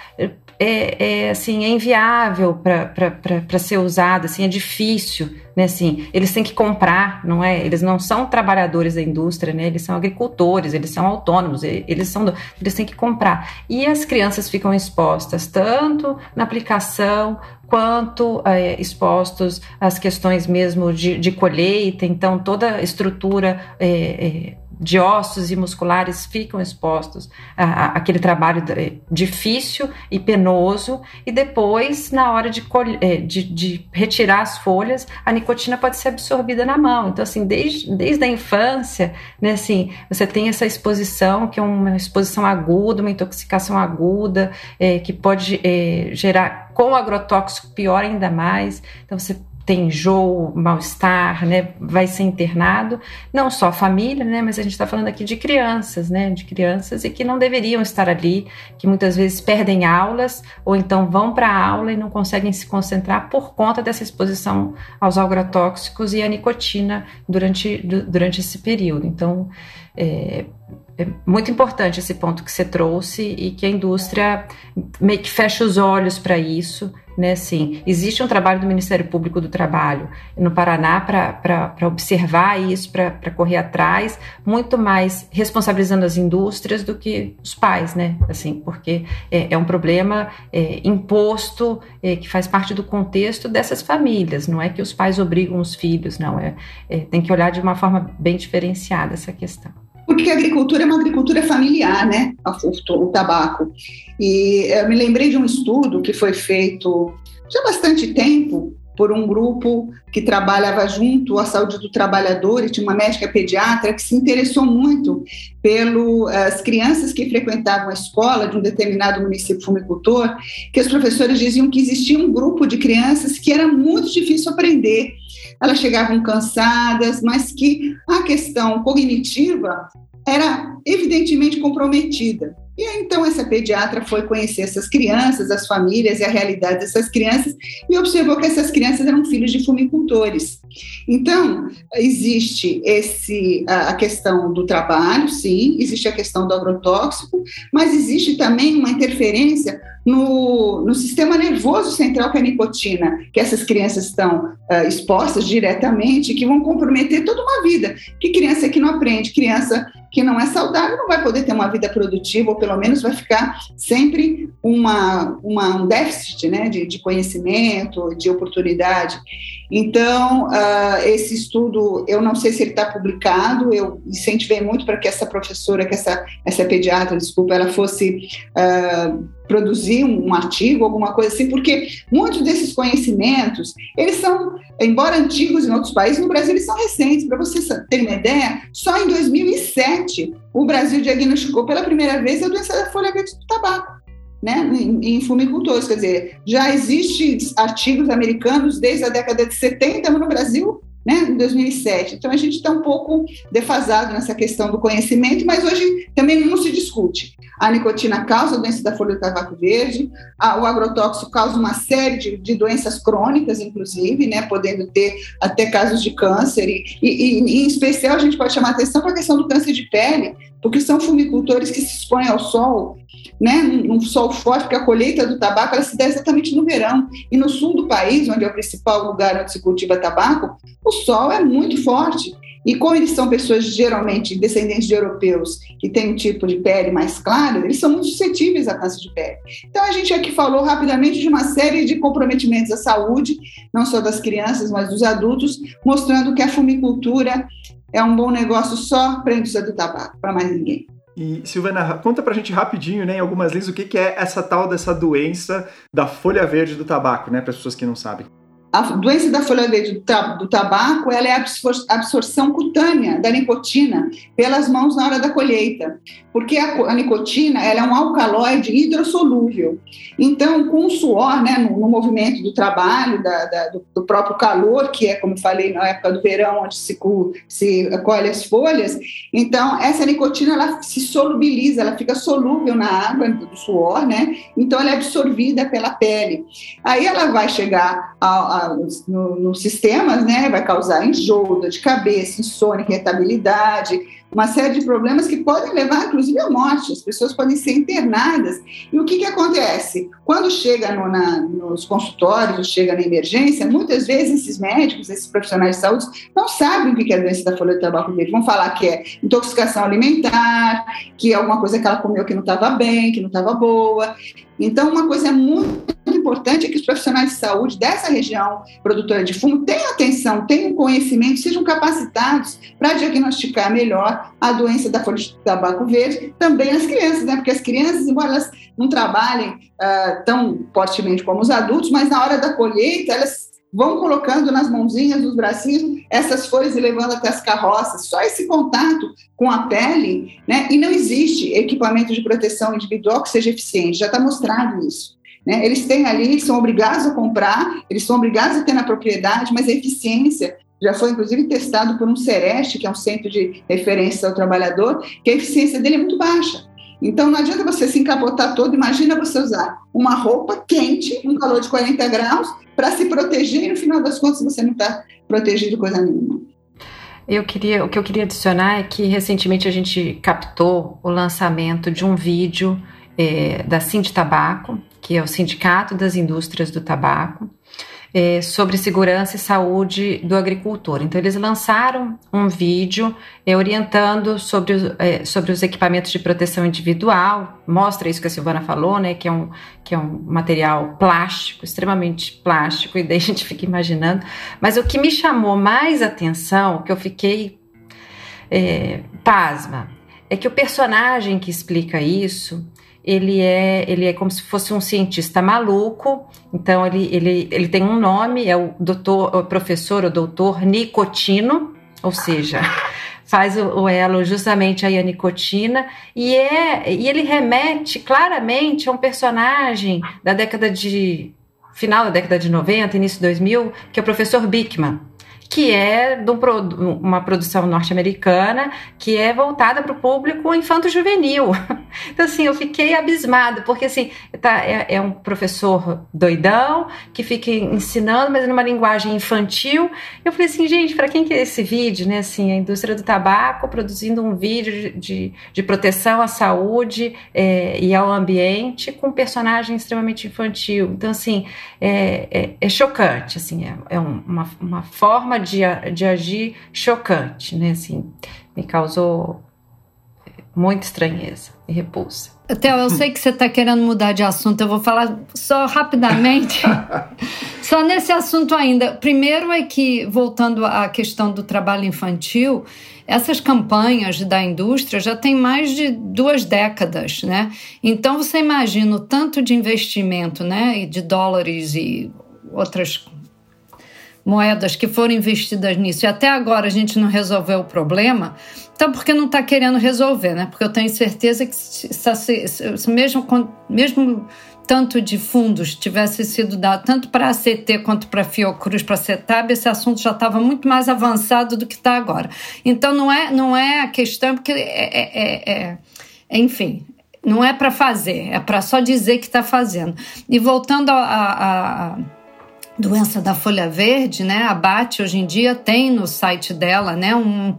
é inviável para ser usado, assim, é difícil, né, assim, eles têm que comprar, não é? Eles não são trabalhadores da indústria, né? Eles são agricultores, eles são autônomos, eles têm que comprar. E as crianças ficam expostas tanto na aplicação quanto expostos às questões mesmo de colheita, então toda a estrutura de ossos e musculares ficam expostos àquele trabalho difícil e penoso, e depois, na hora de retirar as folhas, a nicotina pode ser absorvida na mão. Então, assim, desde a infância, né, assim, você tem essa exposição, que é uma exposição aguda, uma intoxicação aguda, que pode gerar, com o agrotóxico, pior ainda mais. Então, você tem enjoo, mal-estar, né, vai ser internado, não só a família, né, mas a gente está falando aqui de crianças, né, de crianças e que não deveriam estar ali, que muitas vezes perdem aulas ou então vão para a aula e não conseguem se concentrar por conta dessa exposição aos agrotóxicos e à nicotina durante esse período. Então, é muito importante esse ponto que você trouxe e que a indústria meio que fecha os olhos para isso, né? Assim, existe um trabalho do Ministério Público do Trabalho no Paraná para observar isso, para correr atrás, muito mais responsabilizando as indústrias do que os pais, né? Assim, porque é um problema imposto, que faz parte do contexto dessas famílias, não é que os pais obrigam os filhos, não, tem que olhar de uma forma bem diferenciada essa questão. Porque a agricultura é uma agricultura familiar, né? O tabaco. E eu me lembrei de um estudo que foi feito já há bastante tempo por um grupo que trabalhava junto à saúde do trabalhador, e tinha uma médica pediatra que se interessou muito pelas crianças que frequentavam a escola de um determinado município fumicultor, que os professores diziam que existia um grupo de crianças que era muito difícil aprender, elas chegavam cansadas, mas que a questão cognitiva era evidentemente comprometida. E aí, então, essa pediatra foi conhecer essas crianças, as famílias e a realidade dessas crianças e observou que essas crianças eram filhos de fumicultores. Então, existe a questão do trabalho, sim, existe a questão do agrotóxico, mas existe também uma interferência no sistema nervoso central, que é a nicotina, que essas crianças estão expostas diretamente, que vão comprometer toda uma vida. Que criança que não aprende, criança que não é saudável não vai poder ter uma vida produtiva, ou pelo menos vai ficar sempre um déficit, né, de conhecimento, de oportunidade. Então, esse estudo, eu não sei se ele está publicado, eu incentivei muito para que essa professora, que essa pediatra, desculpa, ela fosse produzir um artigo, alguma coisa assim, porque muitos desses conhecimentos, eles são, embora antigos em outros países, no Brasil eles são recentes. Para você ter uma ideia, só em 2007 o Brasil diagnosticou pela primeira vez a doença da folha verde do tabaco, né, em fumicultores. Quer dizer, já existem artigos americanos desde a década de 70 no Brasil, né, em 2007. Então, a gente está um pouco defasado nessa questão do conhecimento, mas hoje também não se discute. A nicotina causa a doença da folha do tabaco verde, o agrotóxico causa uma série de doenças crônicas, inclusive, né, podendo ter até casos de câncer, e em especial a gente pode chamar atenção para a questão do câncer de pele, porque são fumicultores que se expõem ao sol, né, num sol forte, porque a colheita do tabaco ela se dá exatamente no verão, e no sul do país, onde é o principal lugar onde se cultiva tabaco, o sol é muito forte. E como eles são pessoas geralmente descendentes de europeus que têm um tipo de pele mais clara, eles são muito suscetíveis a câncer de pele. Então a gente aqui falou rapidamente de uma série de comprometimentos à saúde, não só das crianças, mas dos adultos, mostrando que a fumicultura é um bom negócio só para a indústria do tabaco, para mais ninguém. E, Silvana, conta pra gente rapidinho, né, em algumas linhas, o que é essa tal dessa doença da folha verde do tabaco, né, para as pessoas que não sabem. A doença da folha verde do tabaco, ela é a absorção cutânea da nicotina pelas mãos na hora da colheita, porque a nicotina ela é um alcaloide hidrossolúvel. Então, com o suor, né, no movimento do trabalho, do próprio calor, que é, como falei, na época do verão, onde se colhe as folhas, então, essa nicotina ela se solubiliza, ela fica solúvel na água do suor, né? Então, ela é absorvida pela pele. Aí ela vai chegar nos sistemas, né, vai causar enjoo, dor de cabeça, insônia, irritabilidade, uma série de problemas que podem levar, inclusive, à morte. As pessoas podem ser internadas. E o que acontece? Quando chega nos consultórios, ou chega na emergência, muitas vezes esses médicos, esses profissionais de saúde, não sabem o que é a doença da folha do tabaco verde. Vão falar que é intoxicação alimentar, que é alguma coisa que ela comeu que não estava bem, que não estava boa. Então, uma coisa muito importante é que os profissionais de saúde dessa região produtora de fumo tenham atenção, tenham conhecimento, sejam capacitados para diagnosticar melhor a doença da folha de tabaco verde, também as crianças, né? Porque as crianças, embora elas não trabalhem tão fortemente como os adultos, mas na hora da colheita, elas vão colocando nas mãozinhas, nos bracinhos, essas folhas e levando até as carroças. Só esse contato com a pele, né? E não existe equipamento de proteção individual que seja eficiente, já está mostrado isso. Né? Eles têm ali, eles são obrigados a comprar, eles são obrigados a ter na propriedade, mas a eficiência já foi, inclusive, testado por um CEREST, que é um centro de referência ao trabalhador, que a eficiência dele é muito baixa. Então, não adianta você se encapotar todo. Imagina você usar uma roupa quente, um calor de 40 graus, para se proteger e, no final das contas, você não está protegido coisa nenhuma. O que eu queria adicionar é que, recentemente, a gente captou o lançamento de um vídeo da Sinditabaco, que é o Sindicato das Indústrias do Tabaco, sobre segurança e saúde do agricultor. Então, eles lançaram um vídeo orientando sobre os equipamentos de proteção individual, mostra isso que a Silvana falou, né, que é um material plástico, extremamente plástico, e daí a gente fica imaginando. Mas o que me chamou mais atenção, que eu fiquei pasma, é que o personagem que explica isso, ele é como se fosse um cientista maluco. Então ele tem um nome, é o professor ou doutor Nicotino, ou seja, faz o elo justamente aí a nicotina, e ele remete claramente a um personagem final da década de 90, início de 2000, que é o professor Bickman, que é de uma produção norte-americana que é voltada para o público infanto-juvenil. Então, assim, eu fiquei abismada, porque, assim, é um professor doidão que fica ensinando, mas numa linguagem infantil. Eu falei assim, gente, para quem que é esse vídeo, né? Assim, a indústria do tabaco produzindo um vídeo de proteção à saúde e ao ambiente com um personagem extremamente infantil. Então, assim, é chocante, assim, é uma forma de agir chocante, né? Assim, me causou muita estranheza e repulsa. Theo, eu sei que você está querendo mudar de assunto, eu vou falar só rapidamente, só nesse assunto ainda. Primeiro é que, voltando à questão do trabalho infantil, essas campanhas da indústria já têm mais de 2 décadas, né? Então, você imagina o tanto de investimento, né, de dólares e outras moedas que foram investidas nisso, e até agora a gente não resolveu o problema, então porque não está querendo resolver, né? Porque eu tenho certeza que se mesmo tanto de fundos tivesse sido dado tanto para a ACT quanto para a Fiocruz, para a CETAB, esse assunto já estava muito mais avançado do que está agora. Então não é a questão, porque enfim, não é para fazer, é para só dizer que está fazendo. E voltando a doença da folha verde, né? A BAT hoje em dia tem no site dela, né,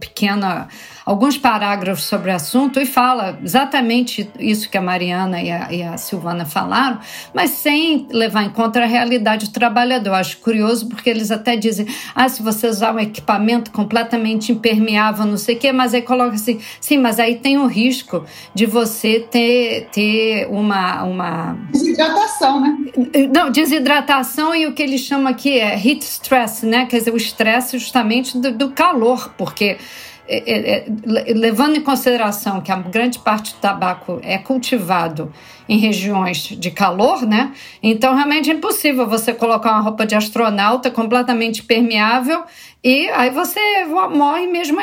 alguns parágrafos sobre o assunto e fala exatamente isso que a Mariana e a Silvana falaram, mas sem levar em conta a realidade do trabalhador. Eu acho curioso porque eles até dizem, se você usar um equipamento completamente impermeável, não sei o quê, mas aí coloca assim, sim, mas aí tem o risco de você ter uma... Desidratação, né? Não, desidratação e o que eles chamam aqui é heat stress, né? Quer dizer, o estresse justamente do calor, porque levando em consideração que a grande parte do tabaco é cultivado em regiões de calor, né? Então realmente é impossível você colocar uma roupa de astronauta completamente permeável e aí você morre mesmo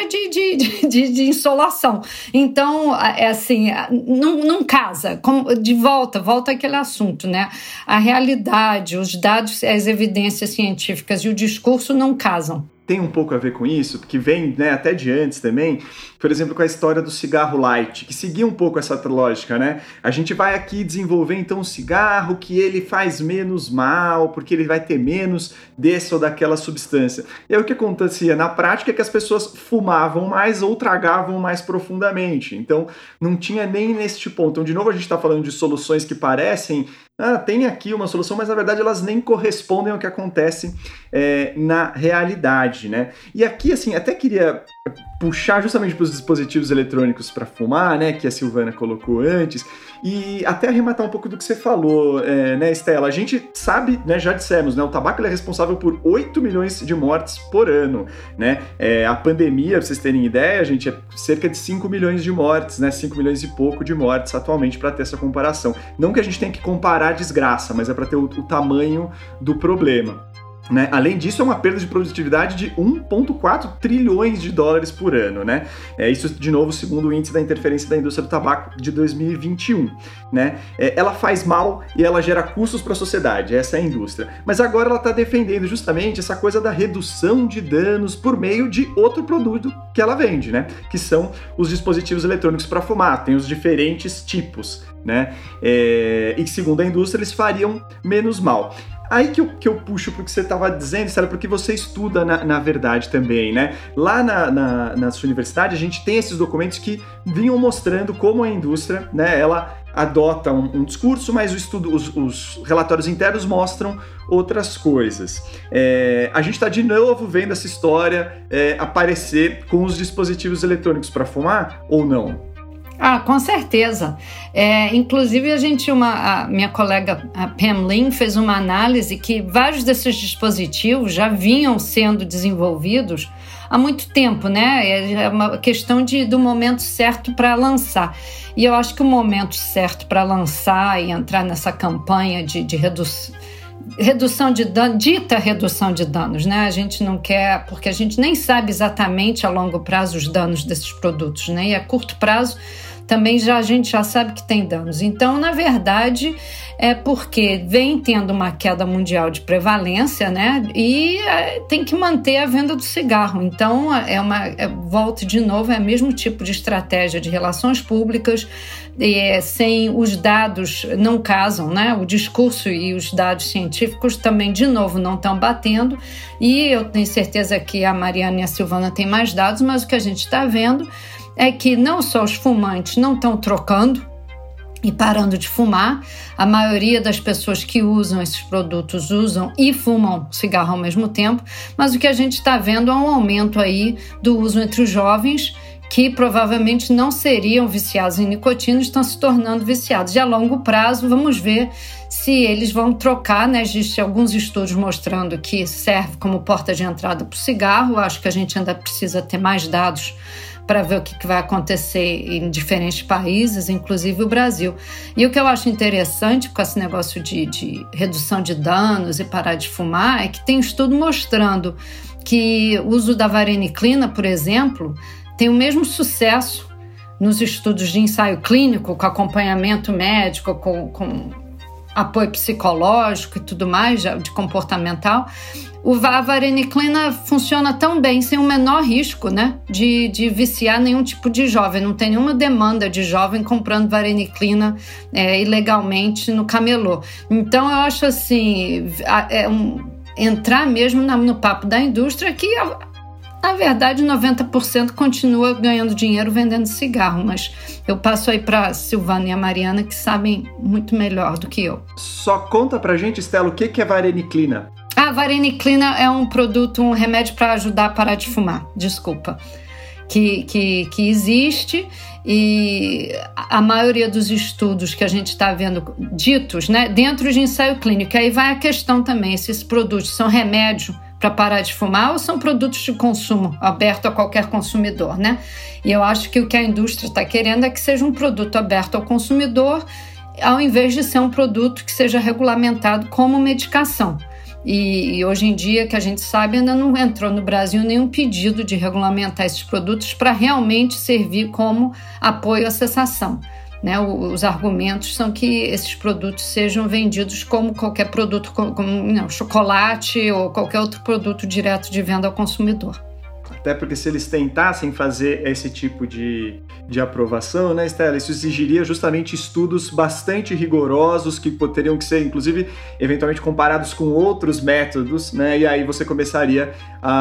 de insolação. Então, assim, não casa. Volta àquele assunto, né? A realidade, os dados, as evidências científicas e o discurso não casam. Tem um pouco a ver com isso, que vem, né, até de antes também, por exemplo, com a história do cigarro light, que seguia um pouco essa lógica, né? A gente vai aqui desenvolver, então, um cigarro que ele faz menos mal, porque ele vai ter menos dessa ou daquela substância. E aí o que acontecia na prática é que as pessoas fumavam mais ou tragavam mais profundamente. Então, não tinha nem neste ponto. Então, de novo, a gente está falando de soluções que parecem... tem aqui uma solução, mas na verdade elas nem correspondem ao que acontece na realidade, né? E aqui, assim, até queria puxar justamente para os dispositivos eletrônicos para fumar, né, que a Silvana colocou antes, e até arrematar um pouco do que você falou, né, Estela? A gente sabe, né, já dissemos, né, o tabaco ele é responsável por 8 milhões de mortes por ano, né? A pandemia, para vocês terem ideia, gente, é cerca de 5 milhões de mortes, né, 5 milhões e pouco de mortes atualmente, para ter essa comparação. Não que a gente tenha que comparar a desgraça, mas é para ter o tamanho do problema. Né? Além disso, é uma perda de produtividade de 1,4 trilhões de dólares por ano, né? Isso, de novo, segundo o índice da interferência da indústria do tabaco de 2021. Né? Ela faz mal e ela gera custos para a sociedade, essa é a indústria. Mas agora ela está defendendo justamente essa coisa da redução de danos por meio de outro produto que ela vende, né? Que são os dispositivos eletrônicos para fumar, tem os diferentes tipos, né? E que, segundo a indústria, eles fariam menos mal. Aí que eu puxo pro que você estava dizendo, Estela, porque você estuda na verdade também, né? Lá na sua universidade, a gente tem esses documentos que vinham mostrando como a indústria, né, ela adota um discurso, mas os relatórios internos mostram outras coisas. A gente está de novo vendo essa história aparecer com os dispositivos eletrônicos para fumar ou não? Com certeza. Inclusive, a minha colega a Pam Lin fez uma análise que vários desses dispositivos já vinham sendo desenvolvidos há muito tempo, né? É uma questão do momento certo para lançar. E eu acho que o momento certo para lançar e entrar nessa campanha de redução de danos, dita redução de danos, né? A gente não quer, porque a gente nem sabe exatamente a longo prazo os danos desses produtos, né? E a curto prazo também a gente já sabe que tem danos. Então, na verdade, é porque vem tendo uma queda mundial de prevalência, né? E tem que manter a venda do cigarro. Então, volto de novo, é o mesmo tipo de estratégia de relações públicas, sem os dados não casam, né? O discurso e os dados científicos também, de novo, não estão batendo. E eu tenho certeza que a Mariana e a Silvana têm mais dados, mas o que a gente está vendo é que não só os fumantes não estão trocando e parando de fumar, a maioria das pessoas que usam esses produtos usam e fumam cigarro ao mesmo tempo, mas o que a gente está vendo é um aumento aí do uso entre os jovens, que provavelmente não seriam viciados em nicotina, estão se tornando viciados. E a longo prazo, vamos ver se eles vão trocar, né? Existem alguns estudos mostrando que serve como porta de entrada para o cigarro. Acho que a gente ainda precisa ter mais dados para ver o que vai acontecer em diferentes países, inclusive o Brasil. E o que eu acho interessante com esse negócio de redução de danos e parar de fumar é que tem estudo mostrando que o uso da vareniclina, por exemplo, tem o mesmo sucesso nos estudos de ensaio clínico, com acompanhamento médico, com apoio psicológico e tudo mais, de comportamental. A vareniclina funciona tão bem, sem o menor risco, né, de viciar nenhum tipo de jovem. Não tem nenhuma demanda de jovem comprando vareniclina ilegalmente no camelô. Então, eu acho assim, entrar mesmo no papo da indústria que... Na verdade, 90% continua ganhando dinheiro vendendo cigarro, mas eu passo aí para a Silvana e a Mariana, que sabem muito melhor do que eu. Só conta pra gente, Estela, o que é vareniclina? A vareniclina é um produto, um remédio para ajudar a parar de fumar, desculpa, que existe, e a maioria dos estudos que a gente está vendo ditos, né, dentro de ensaio clínico, aí vai a questão também, se esses produtos são remédio para parar de fumar ou são produtos de consumo aberto a qualquer consumidor, né? E eu acho que o que a indústria está querendo é que seja um produto aberto ao consumidor, ao invés de ser um produto que seja regulamentado como medicação. E hoje em dia, que a gente sabe, ainda não entrou no Brasil nenhum pedido de regulamentar esses produtos para realmente servir como apoio à cessação. Né, os argumentos são que esses produtos sejam vendidos como qualquer produto, como chocolate ou qualquer outro produto direto de venda ao consumidor. Até porque se eles tentassem fazer esse tipo de aprovação, né, Estela, isso exigiria justamente estudos bastante rigorosos que teriam que ser, inclusive, eventualmente comparados com outros métodos, né, e aí você começaria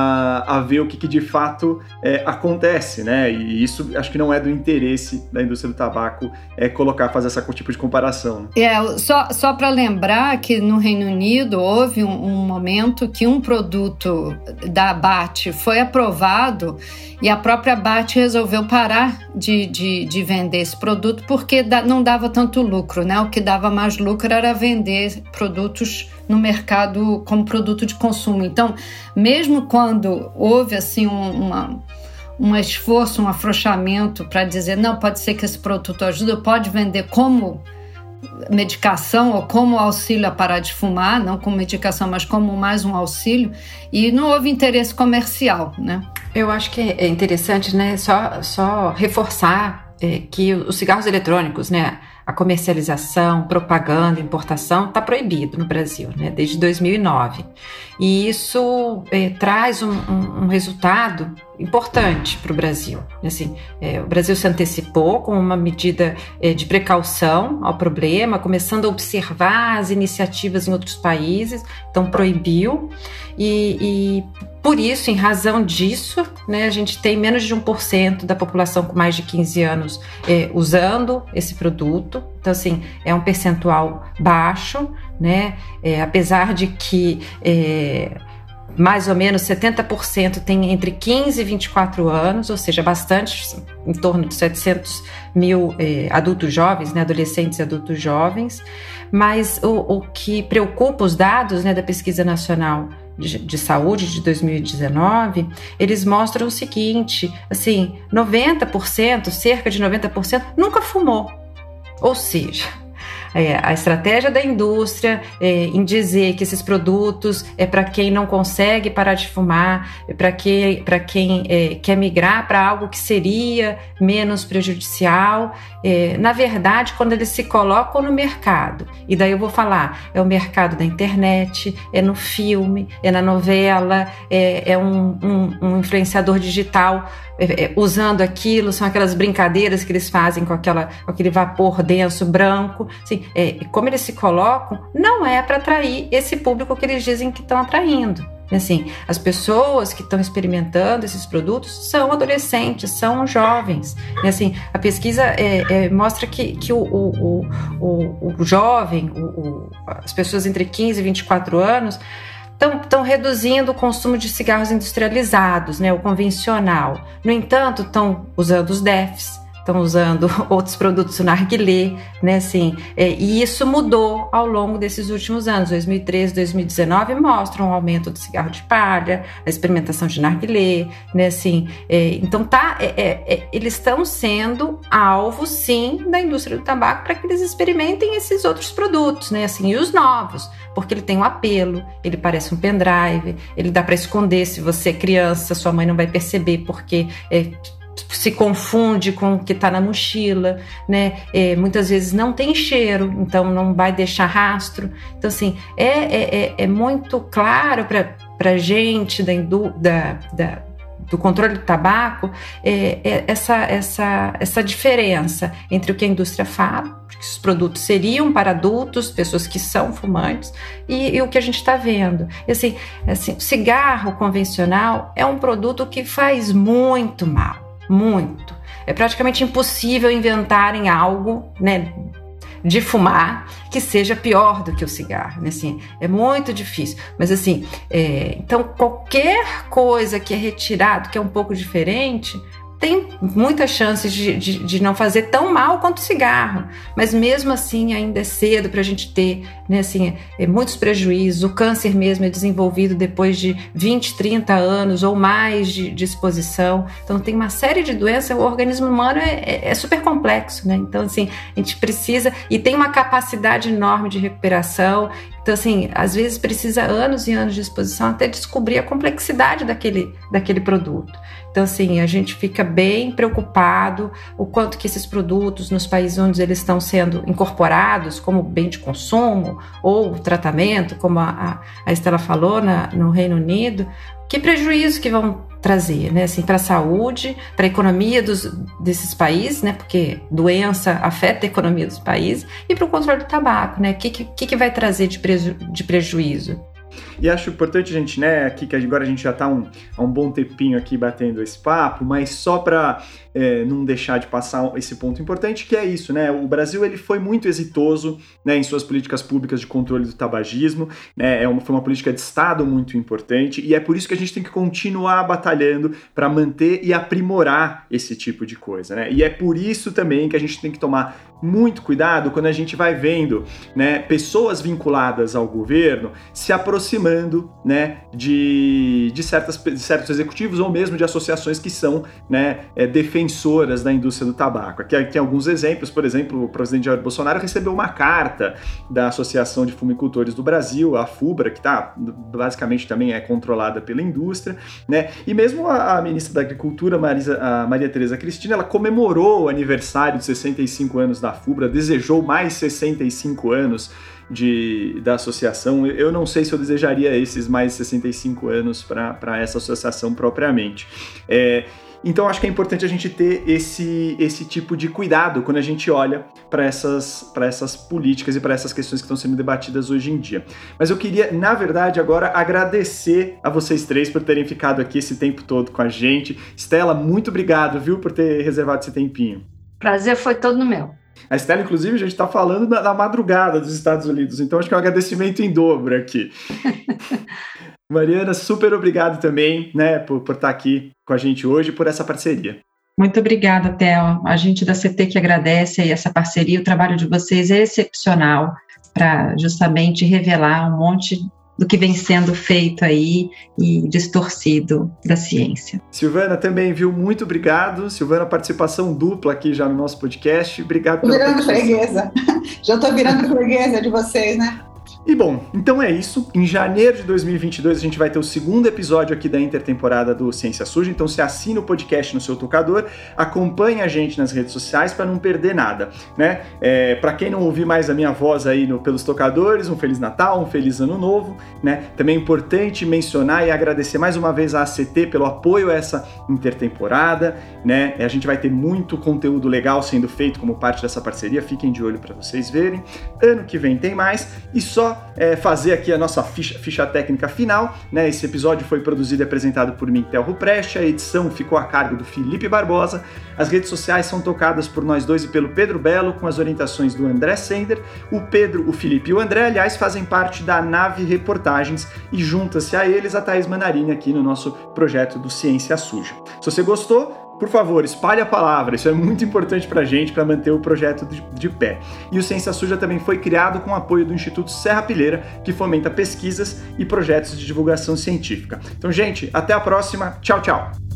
a ver o que de fato acontece, né, e isso acho que não é do interesse da indústria do tabaco fazer esse tipo de comparação. Né? Só para lembrar que no Reino Unido houve um momento que um produto da BAT foi aprovado e a própria BAT resolveu parar de vender esse produto porque não dava tanto lucro, né? O que dava mais lucro era vender produtos no mercado como produto de consumo. Então, mesmo quando houve assim um esforço, um afrouxamento para dizer não, pode ser que esse produto ajude, pode vender como medicação ou como auxílio a parar de fumar, não como medicação, mas como mais um auxílio, e não houve interesse comercial, né? Eu acho que é interessante, né, só reforçar que os cigarros eletrônicos, né, a comercialização, propaganda, importação está proibido no Brasil, né, desde 2009. E isso traz um resultado importante para o Brasil. Assim, o Brasil se antecipou com uma medida de precaução ao problema, começando a observar as iniciativas em outros países, então proibiu, e por isso, em razão disso, né, a gente tem menos de 1% da população com mais de 15 anos usando esse produto. Então, assim, é um percentual baixo, né, apesar de que mais ou menos 70% tem entre 15 e 24 anos, ou seja, bastante, em torno de 700 mil adultos jovens, né, adolescentes e adultos jovens. Mas o que preocupa os dados, né, da Pesquisa Nacional de Saúde de 2019, eles mostram o seguinte, assim, 90%, cerca de 90%, nunca fumou. Ou seja, a estratégia da indústria em dizer que esses produtos é para quem não consegue parar de fumar, é para quem quer migrar para algo que seria menos prejudicial. Na verdade, quando eles se colocam no mercado, e daí eu vou falar, é o mercado da internet, é no filme, é na novela, é um influenciador digital usando aquilo, são aquelas brincadeiras que eles fazem com aquele vapor denso, branco. Assim, como eles se colocam, não é para atrair esse público que eles dizem que estão atraindo. Assim, as pessoas que estão experimentando esses produtos são adolescentes, são jovens. Assim, a pesquisa mostra que o jovem, as pessoas entre 15 e 24 anos, estão reduzindo o consumo de cigarros industrializados, né, o convencional. No entanto, estão usando os DEFs, estão usando outros produtos no narguilé, né, assim, e isso mudou ao longo desses últimos anos. 2013, 2019 mostram um aumento do cigarro de palha, a experimentação de narguilé, né, assim, então eles estão sendo alvo, sim, da indústria do tabaco para que eles experimentem esses outros produtos, né, assim, e os novos, porque ele tem um apelo, ele parece um pendrive, ele dá para esconder. Se você é criança, sua mãe não vai perceber porque se confunde com o que está na mochila, né? Muitas vezes não tem cheiro, então não vai deixar rastro. Então, assim, é muito claro para a gente do controle do tabaco essa diferença entre o que a indústria fala, que os produtos seriam para adultos, pessoas que são fumantes, e o que a gente está vendo. E assim, o cigarro convencional é um produto que faz muito mal. Muito. É praticamente impossível inventarem algo, né, de fumar que seja pior do que o cigarro, né? Assim, é muito difícil. Mas assim, então qualquer coisa que é retirado, que é um pouco diferente, tem muitas chances de não fazer tão mal quanto o cigarro, mas mesmo assim ainda é cedo para a gente ter, né, assim, muitos prejuízos. O câncer mesmo é desenvolvido depois de 20, 30 anos ou mais de exposição, então tem uma série de doenças. O organismo humano é super complexo, né? Então, assim, a gente precisa, e tem uma capacidade enorme de recuperação. Então, assim, às vezes precisa anos e anos de exposição até descobrir a complexidade daquele produto. Então, assim, a gente fica bem preocupado o quanto que esses produtos, nos países onde eles estão sendo incorporados como bem de consumo ou tratamento, como a Estela falou, no Reino Unido, que prejuízo que vão trazer, né, assim, para a saúde, para a economia desses países, né, porque doença afeta a economia dos países, e para o controle do tabaco, né, o que vai trazer de prejuízo. E acho importante, gente, né, aqui que agora a gente já está há um bom tempinho aqui batendo esse papo, mas só para não deixar de passar esse ponto importante, que é isso, né, o Brasil ele foi muito exitoso, né, em suas políticas públicas de controle do tabagismo, né, foi uma política de Estado muito importante, e é por isso que a gente tem que continuar batalhando para manter e aprimorar esse tipo de coisa, né, e é por isso também que a gente tem que tomar muito cuidado quando a gente vai vendo, né, pessoas vinculadas ao governo se aproximando, né, de certos executivos ou mesmo de associações que são, né, defensoras da indústria do tabaco. Aqui tem alguns exemplos. Por exemplo, o presidente Jair Bolsonaro recebeu uma carta da Associação de Fumicultores do Brasil, a FUBRA, que basicamente também é controlada pela indústria, né, e mesmo a ministra da Agricultura, a Maria Tereza Cristina, ela comemorou o aniversário de 65 anos da FUBRA, desejou mais 65 anos da associação. Eu não sei se eu desejaria esses mais 65 anos para essa associação propriamente. Então acho que é importante a gente ter esse tipo de cuidado quando a gente olha para essas políticas e para essas questões que estão sendo debatidas hoje em dia. Mas eu queria, na verdade, agora agradecer a vocês três por terem ficado aqui esse tempo todo com a gente. Estela, muito obrigado, viu, por ter reservado esse tempinho. Prazer foi todo meu. A Estela, inclusive, a gente está falando na madrugada dos Estados Unidos, então acho que é um agradecimento em dobro aqui. Mariana, super obrigado também, né, por estar aqui com a gente hoje, por essa parceria. Muito obrigada, Theo. A gente da CT que agradece aí essa parceria. O trabalho de vocês é excepcional para justamente revelar um monte do que vem sendo feito aí e distorcido da ciência. Silvana também, viu? Muito obrigado. Silvana, participação dupla aqui já no nosso podcast. Obrigado pela participação. Freguesa. Já estou virando freguesa de vocês, né? E bom, então é isso. Em janeiro de 2022 a gente vai ter o segundo episódio aqui da intertemporada do Ciência Suja, então você assina o podcast no seu tocador, acompanha a gente nas redes sociais para não perder nada, né? Para quem não ouvir mais a minha voz aí pelos tocadores, um Feliz Natal, um Feliz Ano Novo, né? Também é importante mencionar e agradecer mais uma vez a ACT pelo apoio a essa intertemporada, né? A gente vai ter muito conteúdo legal sendo feito como parte dessa parceria, fiquem de olho para vocês verem. Ano que vem tem mais, e só fazer aqui a nossa ficha técnica final, né? Esse episódio foi produzido e apresentado por mim, Théo Ruprecht, a edição ficou a cargo do Felipe Barbosa, as redes sociais são tocadas por nós dois e pelo Pedro Belo, com as orientações do André Sender. O Pedro, o Felipe e o André, aliás, fazem parte da Nave Reportagens, e junta-se a eles a Thaís Manarini aqui no nosso projeto do Ciência Suja. Se você gostou, por favor, espalhe a palavra, isso é muito importante pra gente, para manter o projeto de pé. E o Ciência Suja também foi criado com o apoio do Instituto Serrapilheira, que fomenta pesquisas e projetos de divulgação científica. Então, gente, até a próxima. Tchau, tchau!